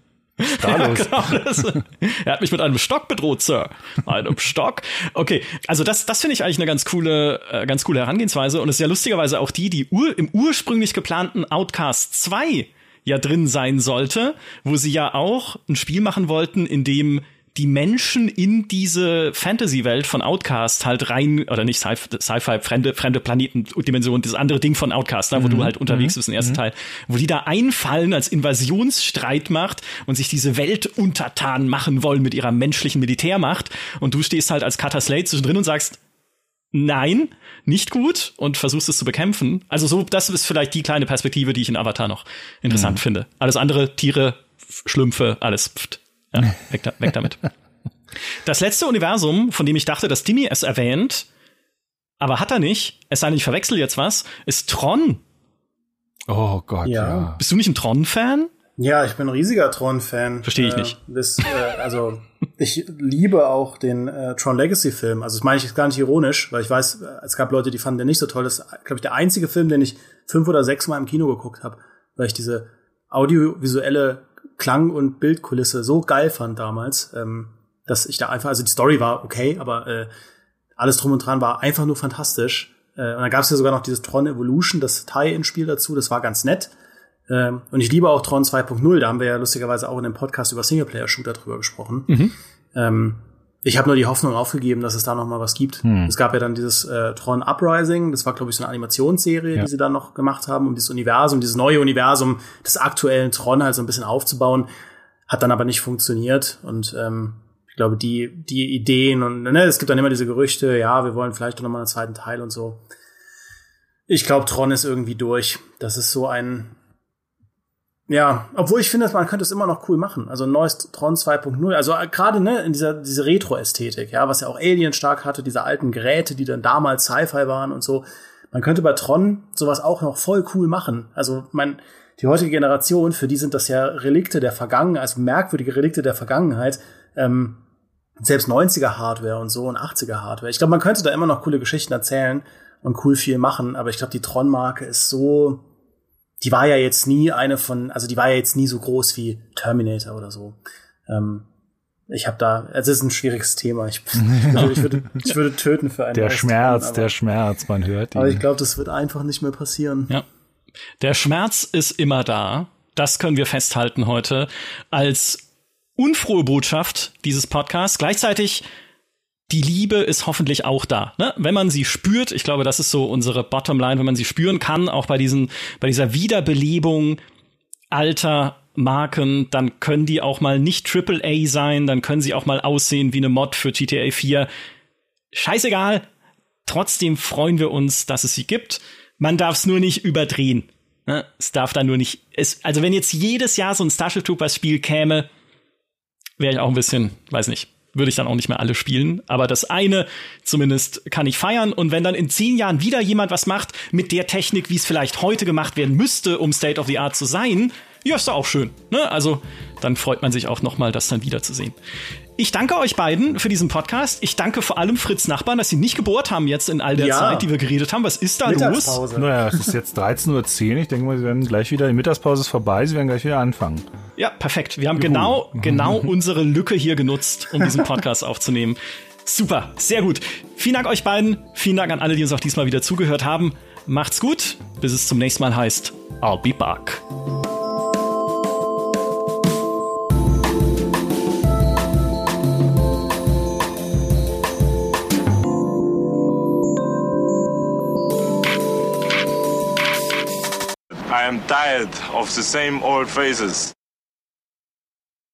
Da ja, los. Genau, das, er hat mich mit einem Stock bedroht, Sir. Einem Stock. Okay, also das, das finde ich eigentlich eine ganz coole, äh, ganz coole Herangehensweise. Und es ist ja lustigerweise auch die, die ur, im ursprünglich geplanten Outcast zwei ja drin sein sollte, wo sie ja auch ein Spiel machen wollten, in dem die Menschen in diese Fantasy-Welt von Outcast halt rein, oder nicht Sci- Sci-Fi, fremde, fremde Planetendimension, das andere Ding von Outcast, ne, wo mhm. du halt unterwegs bist im ersten mhm. Teil, wo die da einfallen als Invasionsstreitmacht und sich diese Welt untertan machen wollen mit ihrer menschlichen Militärmacht und du stehst halt als Cutter Slate zwischendrin und sagst, nein, nicht gut und versuchst es zu bekämpfen. Also so, das ist vielleicht die kleine Perspektive, die ich in Avatar noch interessant mhm. finde. Alles andere, Tiere, Schlümpfe, alles, pft. Ja, weg, da, weg damit. Das letzte Universum, von dem ich dachte, dass Timmy es erwähnt, aber hat er nicht, es sei denn, ich verwechsel jetzt was, ist Tron. Oh Gott, ja. ja. Bist du nicht ein Tron-Fan? Ja, ich bin ein riesiger Tron-Fan. Verstehe ich äh, nicht. Das, äh, also ich liebe auch den äh, Tron Legacy-Film. Also das meine ich jetzt gar nicht ironisch, weil ich weiß, es gab Leute, die fanden den nicht so toll. Das ist, glaube ich, der einzige Film, den ich fünf oder sechs Mal im Kino geguckt habe, weil ich diese audiovisuelle Klang- und Bildkulisse so geil fand damals, ähm, dass ich da einfach, also die Story war okay, aber äh, alles drum und dran war einfach nur fantastisch. Äh, und dann gab es ja sogar noch dieses Tron Evolution, das Tie-In-Spiel dazu, das war ganz nett. Ähm, und ich liebe auch Tron zwei Punkt null, da haben wir ja lustigerweise auch in dem Podcast über Singleplayer-Shooter drüber gesprochen. Mhm. Ähm, Ich habe nur die Hoffnung aufgegeben, dass es da noch mal was gibt. Hm. Es gab ja dann dieses äh, Tron Uprising, das war, glaube ich, so eine Animationsserie, ja. die sie dann noch gemacht haben, um dieses Universum, dieses neue Universum des aktuellen Tron halt so ein bisschen aufzubauen. Hat dann aber nicht funktioniert. Und ähm, ich glaube, die die Ideen und ne, es gibt dann immer diese Gerüchte, ja, wir wollen vielleicht noch mal einen zweiten Teil und so. Ich glaube, Tron ist irgendwie durch. Das ist so ein Ja, obwohl ich finde, man könnte es immer noch cool machen. Also ein neues Tron zwei Punkt null. Also gerade ne in dieser diese Retro-Ästhetik, ja, was ja auch Alien stark hatte, diese alten Geräte, die dann damals Sci-Fi waren und so. Man könnte bei Tron sowas auch noch voll cool machen. Also mein die heutige Generation, für die sind das ja Relikte der Vergangenheit, also merkwürdige Relikte der Vergangenheit. Ähm, selbst neunziger-Hardware und so und achtziger-Hardware. Ich glaube, man könnte da immer noch coole Geschichten erzählen und cool viel machen. Aber ich glaube, die Tron-Marke ist so Die war ja jetzt nie eine von, also die war ja jetzt nie so groß wie Terminator oder so. Ähm, ich habe da, es ist ein schwieriges Thema. Ich, also ich, würde, ich würde töten für einen. Der Schmerz, aber, der Schmerz, man hört ihn. Aber ich glaube, das wird einfach nicht mehr passieren. Ja. Der Schmerz ist immer da. Das können wir festhalten heute als unfrohe Botschaft dieses Podcasts. Gleichzeitig die Liebe ist hoffentlich auch da, ne? Wenn man sie spürt, ich glaube, das ist so unsere Bottomline, wenn man sie spüren kann, auch bei diesen, bei dieser Wiederbelebung alter Marken, dann können die auch mal nicht Triple A sein, dann können sie auch mal aussehen wie eine Mod für G T A vier. Scheißegal. Trotzdem freuen wir uns, dass es sie gibt. Man darf es nur nicht überdrehen. Ne? Es darf da nur nicht, es, also wenn jetzt jedes Jahr so ein Starship Troopers Spiel käme, wäre ich auch ein bisschen, weiß nicht, würde ich dann auch nicht mehr alle spielen. Aber das eine zumindest kann ich feiern. Und wenn dann in zehn Jahren wieder jemand was macht mit der Technik, wie es vielleicht heute gemacht werden müsste, um State of the Art zu sein, ja, ist doch auch schön. Ne? Also dann freut man sich auch noch mal, das dann wiederzusehen. Ich danke euch beiden für diesen Podcast. Ich danke vor allem Fritz Nachbarn, dass sie nicht gebohrt haben jetzt in all der ja. Zeit, die wir geredet haben. Was ist da los? Naja, es ist jetzt dreizehn Uhr zehn. Ich denke mal, sie werden gleich wieder, die Mittagspause ist vorbei, sie werden gleich wieder anfangen. Ja, perfekt. Wir haben Juhu. genau genau unsere Lücke hier genutzt, um diesen Podcast aufzunehmen. Super, sehr gut. Vielen Dank euch beiden. Vielen Dank an alle, die uns auch diesmal wieder zugehört haben. Macht's gut, bis es zum nächsten Mal heißt I'll be back. I am tired of the same old faces.